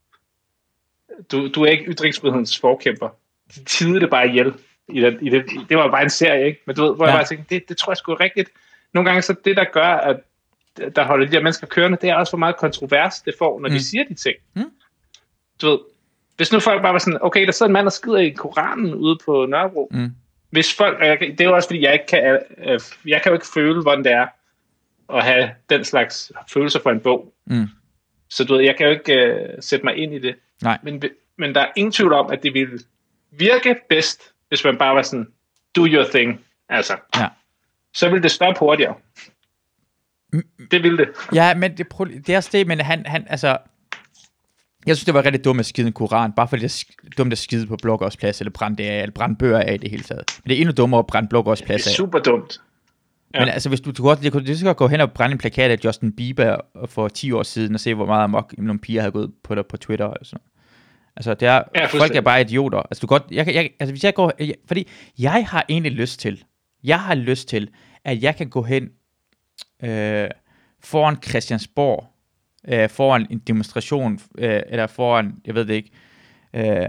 du, du er ikke ytringsfrihedens forkæmper. De tidede det bare ihjel. I det, i det, det var bare en serie, ikke? Men du ved, hvor ja. jeg bare tænkte, det, det tror jeg sgu er rigtigt. Nogle gange så det, der gør, at der holder de her mennesker kørende, det er også, hvor meget kontrovers det får, når mm. de siger de ting. Mm. Du ved, hvis nu folk bare var sådan, okay, der sidder en mand, der skider i Koranen ude på Nørrebro. Mm. Hvis folk, det er jo også fordi, jeg ikke kan, jeg kan jo ikke føle, hvordan det er at have den slags følelser for en bog. Mm. Så du ved, jeg kan jo ikke uh, sætte mig ind i det. Nej. Men, men der er ingen tvivl om, at det ville virke bedst, hvis man bare var sådan, do your thing. Altså, ja. Så ville det stoppe hurtigere. Mm. Det ville det. Ja, men det, det er også det, men han, han altså... Jeg synes, det var rigtig dumt at skide en koran, bare fordi det er dumt at skide på Blågårds Plads, eller brænde det af, eller brænde bøger af i det hele taget. Men det er endnu dummere at brænde Blågårds Plads af. Det er super dumt. Ja. Men altså, hvis du, du, godt, du, du skal gå hen og brænde en plakat af Justin Bieber for ti år siden, og se, hvor meget amok nogle piger havde gået på der på Twitter og sådan. Altså, det er, ja, folk er bare idioter. Altså, du godt, jeg, jeg, altså, hvis jeg går, jeg, fordi jeg har egentlig lyst til, jeg har lyst til, at jeg kan gå hen øh, foran Christiansborg, øh, foran en demonstration, øh, eller foran, jeg ved det ikke, øh,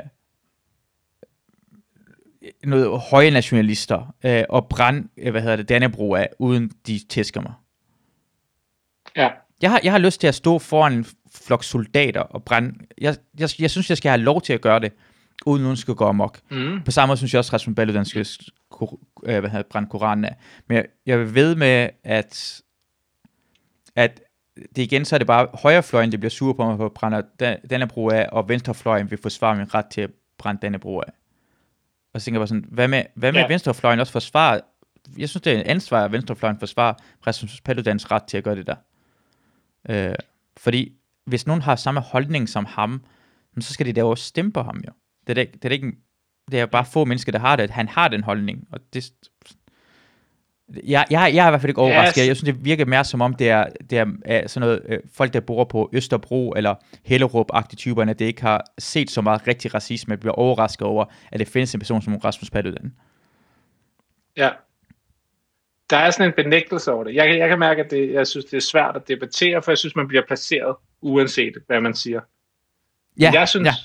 noget høje nationalister, øh, og brænde, hvad hedder det, Dannebrog af, uden de tæsker mig. Ja. Jeg har, jeg har lyst til at stå foran en flok soldater og brænde. Jeg, jeg, jeg synes, jeg skal have lov til at gøre det. uden nogen skal gå amok. Mm. På samme måde synes jeg også, at Rasmus Paludan skal øh, hvad hedder, brænde Koranen af. Men jeg, jeg vil ved med, at, at det igen, så er det bare højrefløjen, det bliver sur på mig for at brænde Dannebrog af, og venstrefløjen vil forsvare min ret til at brænde Dannebrog af. Og så tænker jeg bare sådan, hvad med, hvad med ja. venstrefløjen også forsvare? Jeg synes, det er en ansvar, at venstrefløjen forsvarer Rasmus Paludans ret til at gøre det der. Øh, fordi hvis nogen har samme holdning som ham, så skal de da også stemme på ham jo. Det er, det, det er ikke, det er bare få mennesker, der har det, at han har den holdning. Og det, jeg, jeg, jeg er i hvert fald ikke overrasket. Yes. Jeg synes, det virker mere som om, det er, det er sådan noget, øh, folk, der bor på Østerbro eller Hellerup-agtige typerne, at det ikke har set så meget rigtig racisme, at bliver overrasket over, at det findes en person som Rasmus Paludan. Ja. Der er sådan en benægtelse over det. Jeg, jeg kan mærke, at det, jeg synes, det er svært at debattere, for jeg synes, man bliver placeret, uanset hvad man siger. Ja, jeg synes, ja.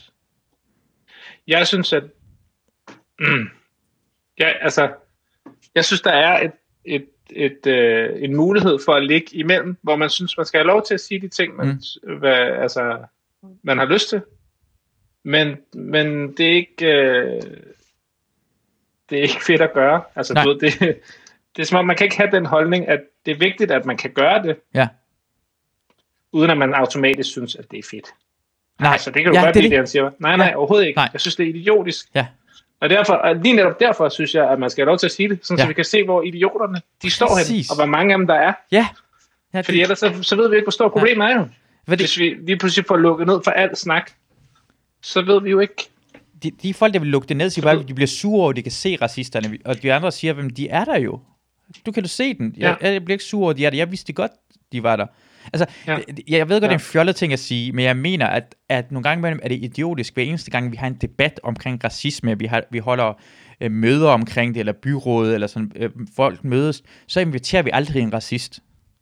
Jeg synes, at mm, ja, altså, jeg synes, der er et, et, et, øh, en mulighed for at ligge imellem, hvor man synes, man skal have lov til at sige de ting, man, mm. hvad, altså, man har lyst til. Men, men det er ikke øh, det er ikke fedt at gøre. Altså, du ved, det, det er som om, man kan ikke have den holdning, at det er vigtigt, at man kan gøre det, ja. uden at man automatisk synes, at det er fedt. Nej, altså, det kan du ja, godt det, lide, det han siger. Nej, nej, overhovedet ikke. Nej. Jeg synes, det er idiotisk. Ja. Og, derfor, og lige netop derfor synes jeg, at man skal have lov til at sige det, sådan, ja. Så vi kan se, hvor idioterne de står hen, og hvor mange af dem der er. Ja. Ja, det... Fordi ellers så, så ved vi ikke, hvor stort problemet ja. er jo. Det... Hvis vi lige pludselig får lukket ned for alt snak, så ved vi jo ikke. De, de folk, der vil lukke det ned, siger bare, at de bliver sure over, at de kan se racisterne, og de andre siger, at de er der jo. Du kan du se den. Jeg, ja. jeg bliver ikke sur over, de er der. Jeg vidste godt, de var der. Altså, ja. jeg ved godt, ja. det er en fjollet ting at sige, men jeg mener, at, at nogle gange imellem er det idiotisk, hver eneste gang, vi har en debat omkring racisme, vi, har, vi holder øh, møder omkring det, eller byrådet, eller sådan, øh, folk mødes, så inviterer vi aldrig en racist.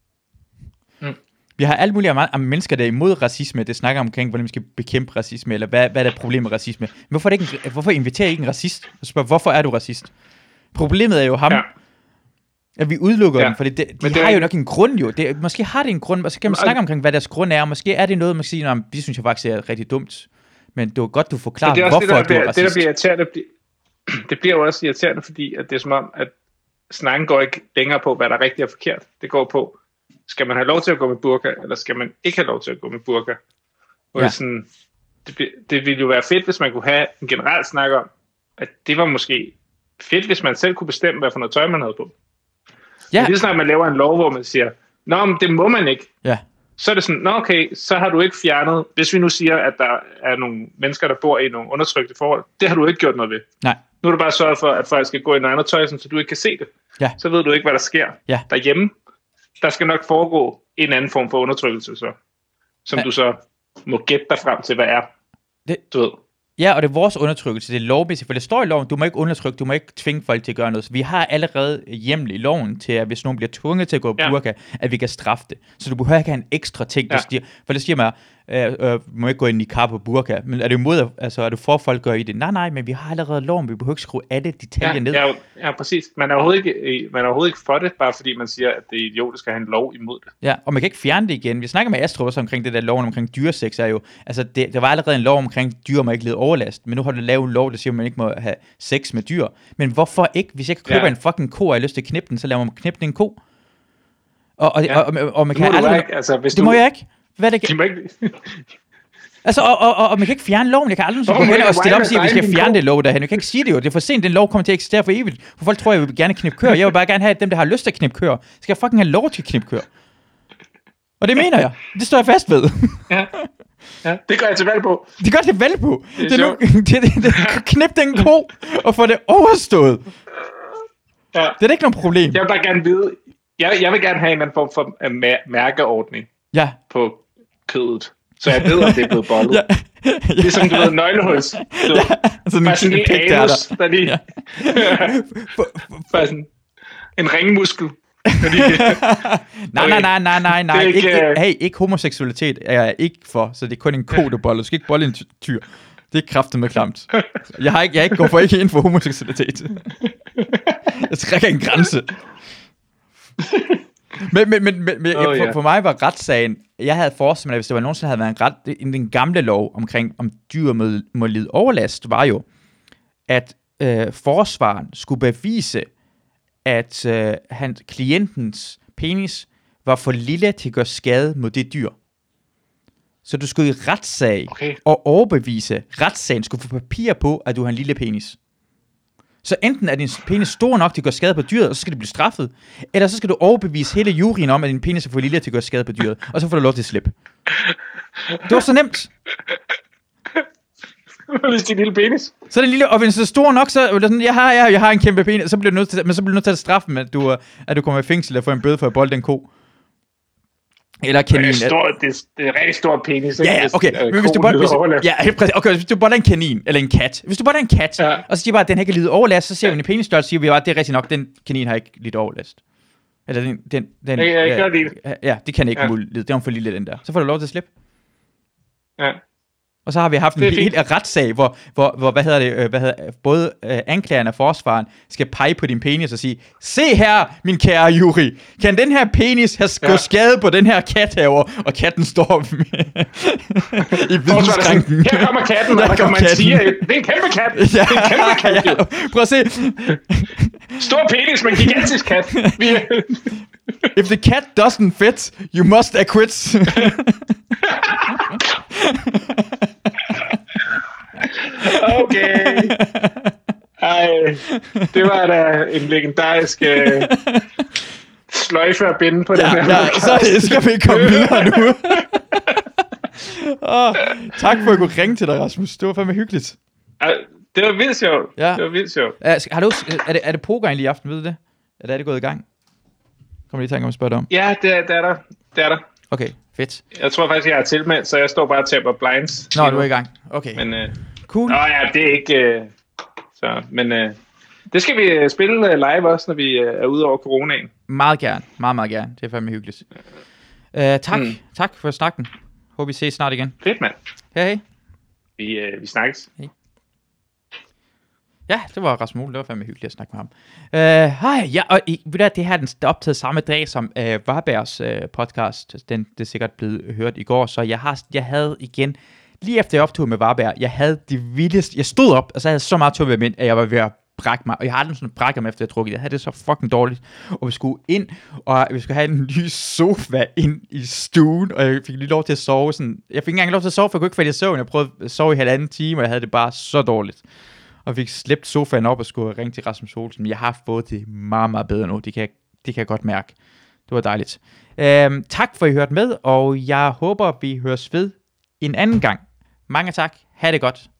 Mm. Vi har alle mulige af mennesker, der er imod racisme, det snakker omkring, hvordan vi skal bekæmpe racisme, eller hvad, hvad er der problem med racisme. Hvorfor, er det ikke, hvorfor inviterer I ikke en racist? Og spørger, hvorfor er du racist? Problemet er jo ham, ja. at vi udelukker ja. dem, for det, de, de har jo nok en grund jo. Det, måske har det en grund, og så kan man snakke omkring, hvad deres grund er, og måske er det noget, man siger, at det synes jeg faktisk er rigtig dumt. Men det var godt, du forklarer, hvorfor det, der, du er racist. Det, der bliver irriterende, det bliver jo også irriterende, fordi at det er som om, at snakken går ikke længere på, hvad der er rigtigt og forkert. Det går på, skal man have lov til at gå med burka, eller skal man ikke have lov til at gå med burka? Og ja. sådan, det, det ville jo være fedt, hvis man kunne have en generel snak om, at det var måske fedt, hvis man selv kunne bestemme, hvad for noget tøj man havde på. Ja. Men lige snart man laver en lov, hvor man siger, nå, men det må man ikke. Ja. Så er det sådan, nå okay, så har du ikke fjernet, hvis vi nu siger, at der er nogle mennesker, der bor i nogle undertrykte forhold, det har du ikke gjort noget ved. Nej. Nu er du bare sørget for, at folk skal gå i noget andet tøj, så du ikke kan se det. Ja. Så ved du ikke, hvad der sker ja. derhjemme. Der skal nok foregå en anden form for undertrykkelse, så, som ja. du så må gætte dig frem til, hvad er. Det... Du ved. Ja, og det er vores undertrykkelse, det er lovmæssigt, for det står i loven, du må ikke undertrykke, du må ikke tvinge folk til at gøre noget. Så vi har allerede hjemmel i loven til, at hvis nogen bliver tvunget til at gå i burka, ja. at vi kan straffe det. Så du behøver ikke have en ekstra ting, der ja. stiger, for det siger man, øh, øh, må ikke gå i niqab på burka, men er du imod, altså er du for, folk gør i det? Nej, nej, men vi har allerede loven, vi behøver ikke skrue alle detaljer ja, ned. Ja, ja, præcis. Man er, overhovedet ikke, man er overhovedet ikke for det, bare fordi man siger, at det er idiotisk at have en lov imod det. Ja, og man kan ikke fjerne det igen. Vi snakker med Astrup også omkring det der loven omkring dyresex, er jo, altså det, der var allerede en lov omkring, dyr må ikke lide overlast, men nu har du lavet en lov, der siger, at man ikke må have sex med dyr. Men hvorfor ikke? Hvis jeg kan købe ja. en fucking ko, og jeg har lyst til at knippe den, så lader man knippe en ko. Og, og, ja. og, og, og man kan aldrig... Ikke, altså, hvis det du... må jeg ikke. Hvad er det? Det må ikke... Altså, og, og, og, og man kan ikke fjerne loven. Jeg kan aldrig gå hen og stille op og sige, at vi skal fjerne det lov derhen. Jeg kan ikke sige det jo. Det er for sent, den lov kommer til at eksistere for evigt. For folk tror, jeg vil gerne knippe køer. Jeg vil bare gerne have, at dem, der har lyst til at knippe køer, skal jeg fucking have lov til at knippe køer. Og det mener jeg. Det står jeg fast ved. Ja. Ja, det gør jeg til valg på. Det gør jeg til valg på. Det er, det er nu, det, det, det, knip den ko og få det overstået. Ja. Det er ikke noget problem. Jeg vil bare gerne vide, jeg, jeg vil gerne have en anden form for mær- mærkeordning ja. på kødet. Så jeg ved, om det er blevet bollet. Ja. Ja. Ligesom du ved, nøglehuls. Du ja. Altså, bare sådan en lille anus, der, der lige... Ja. Bare sådan en ringmuskel. nej, nej, nej, nej, nej, nej. Ikke, ikke, hey, ikke homoseksualitet er jeg ikke for, så det er kun en ko, der boller. Du skal ikke bolle en tyr. Det er kraftigt med klamt. Jeg har ikke, jeg ikke går for ikke ind for homoseksualitet. Jeg trækker en grænse. men men, men, men oh, for, yeah. for mig var retssagen, jeg havde forestillet mig, hvis det var nogensinde havde været en ret, den gamle lov omkring, om dyr må, må lide overlast, var jo, at øh, forsvaren skulle bevise, at øh, han, klientens penis var for lille til at gøre skade mod det dyr. Så du skulle i retssag okay. og overbevise, retssagen skulle få papir på, at du har en lille penis. Så enten er din penis stor nok til at gøre skade på dyret, og så skal det blive straffet, eller så skal du overbevise hele juryen om, at din penis er for lille til at gøre skade på dyret, og så får du lov til at slippe. Det var så nemt. Hvis det er en lille penis. Så er det lille, og hvis det er stor nok, så er det sådan, jeg har, jeg, jeg har en kæmpe penis, så bliver du nødt til, men så bliver du nødt til at straffe med, at du, at du kommer i fængsel og får en bøde for at bolde den ko. Eller kanin. Det er, stor, det, er, det er en rigtig stor penis. Ikke? Ja, ja, okay. Men hvis du bare, hvis, ja, okay, hvis du bare er en kanin, eller en kat. Hvis du bare er en kat, ja. Og så siger bare, at den ikke har lidet overlast, så ser vi ja. En penisstørrelse, siger vi bare, at det er rigtig nok, den kanin har ikke lidt overlast. Eller den, den, den ja, jeg gør det. Ja, det kan ikke ja. Muligt. Det er for lille, den der. Så får du lov til at slippe. Ja. Og så har vi haft en helt retssag, hvor, hvor, hvor hvad hedder det, hvad hedder, både øh, anklageren og forsvaren skal pege på din penis og sige, se her, min kære jury, kan den her penis have ja. Gået skade på den her kat herovre? Og katten står i videnskrænken. Her kommer katten, og der kommer en siger, det er en kæmpe kat. Ja. Det er en kæmpe kat. Ja. Prøv at se. Stor penis, men gigantisk kat. If the cat doesn't fit, you must acquit. Okay. Ej, det var da en legendarisk uh, sløjfe at binde på ja, den her. Ja, så skal vi komme videre nu. oh, tak for at kunne ringe til dig, Rasmus. Det var fandme hyggeligt. Uh, det var vildt sjovt. Ja. Det var vildt sjovt. Uh, har du, er, det, er det poker egentlig i aften, ved du det? Eller er det gået i gang? Kommer lige i tanke om at spørge dig om. Ja, det er, det er der. Det er der. Okay, fedt. Jeg tror faktisk, jeg er tilmeldt, så jeg står bare og taber blinds. Nå, du er i gang. Okay. Men, uh, cool. Nå ja, det er ikke... Uh, så, men uh, det skal vi spille uh, live også, når vi uh, er ude over coronaen. Meget gerne. Meget, meget gerne. Det er fandme hyggeligt. Uh, tak. Mm. Tak for snakken. Håber vi ses snart igen. Fedt, mand. Hej, hej. Vi, uh, vi snakkes. Hej. Ja, det var Rasmus. Det var fandme hyggeligt at snakke med ham. Uh, hej, ja, og I, ved du, det her er den optaget samme dag som uh, Varbergs uh, podcast. Den det er sikkert blevet hørt i går, så jeg, har, jeg havde igen, lige efter jeg optog med Varberg, jeg havde det vildeste, jeg stod op, og så havde jeg så meget tømme med, at jeg var ved at brække mig, og jeg har aldrig sådan brækket mig efter jeg drukket. Jeg havde det så fucking dårligt, og vi skulle ind, og vi skulle have en ny sofa ind i stuen, og jeg fik lige lov til at sove sådan, jeg fik ikke engang lov til at sove, for jeg kunne ikke falde i søvn. Jeg prøvede at sove i halvanden time, og jeg havde det bare så dårligt. Og fik slæbt sofaen op og skulle ringe til Rasmus Olsen. Men jeg har fået det meget, meget bedre nu. Det kan jeg, det kan jeg godt mærke. Det var dejligt. Øhm, tak for at I hørte med, og jeg håber, vi høres ved en anden gang. Mange tak. Ha' det godt.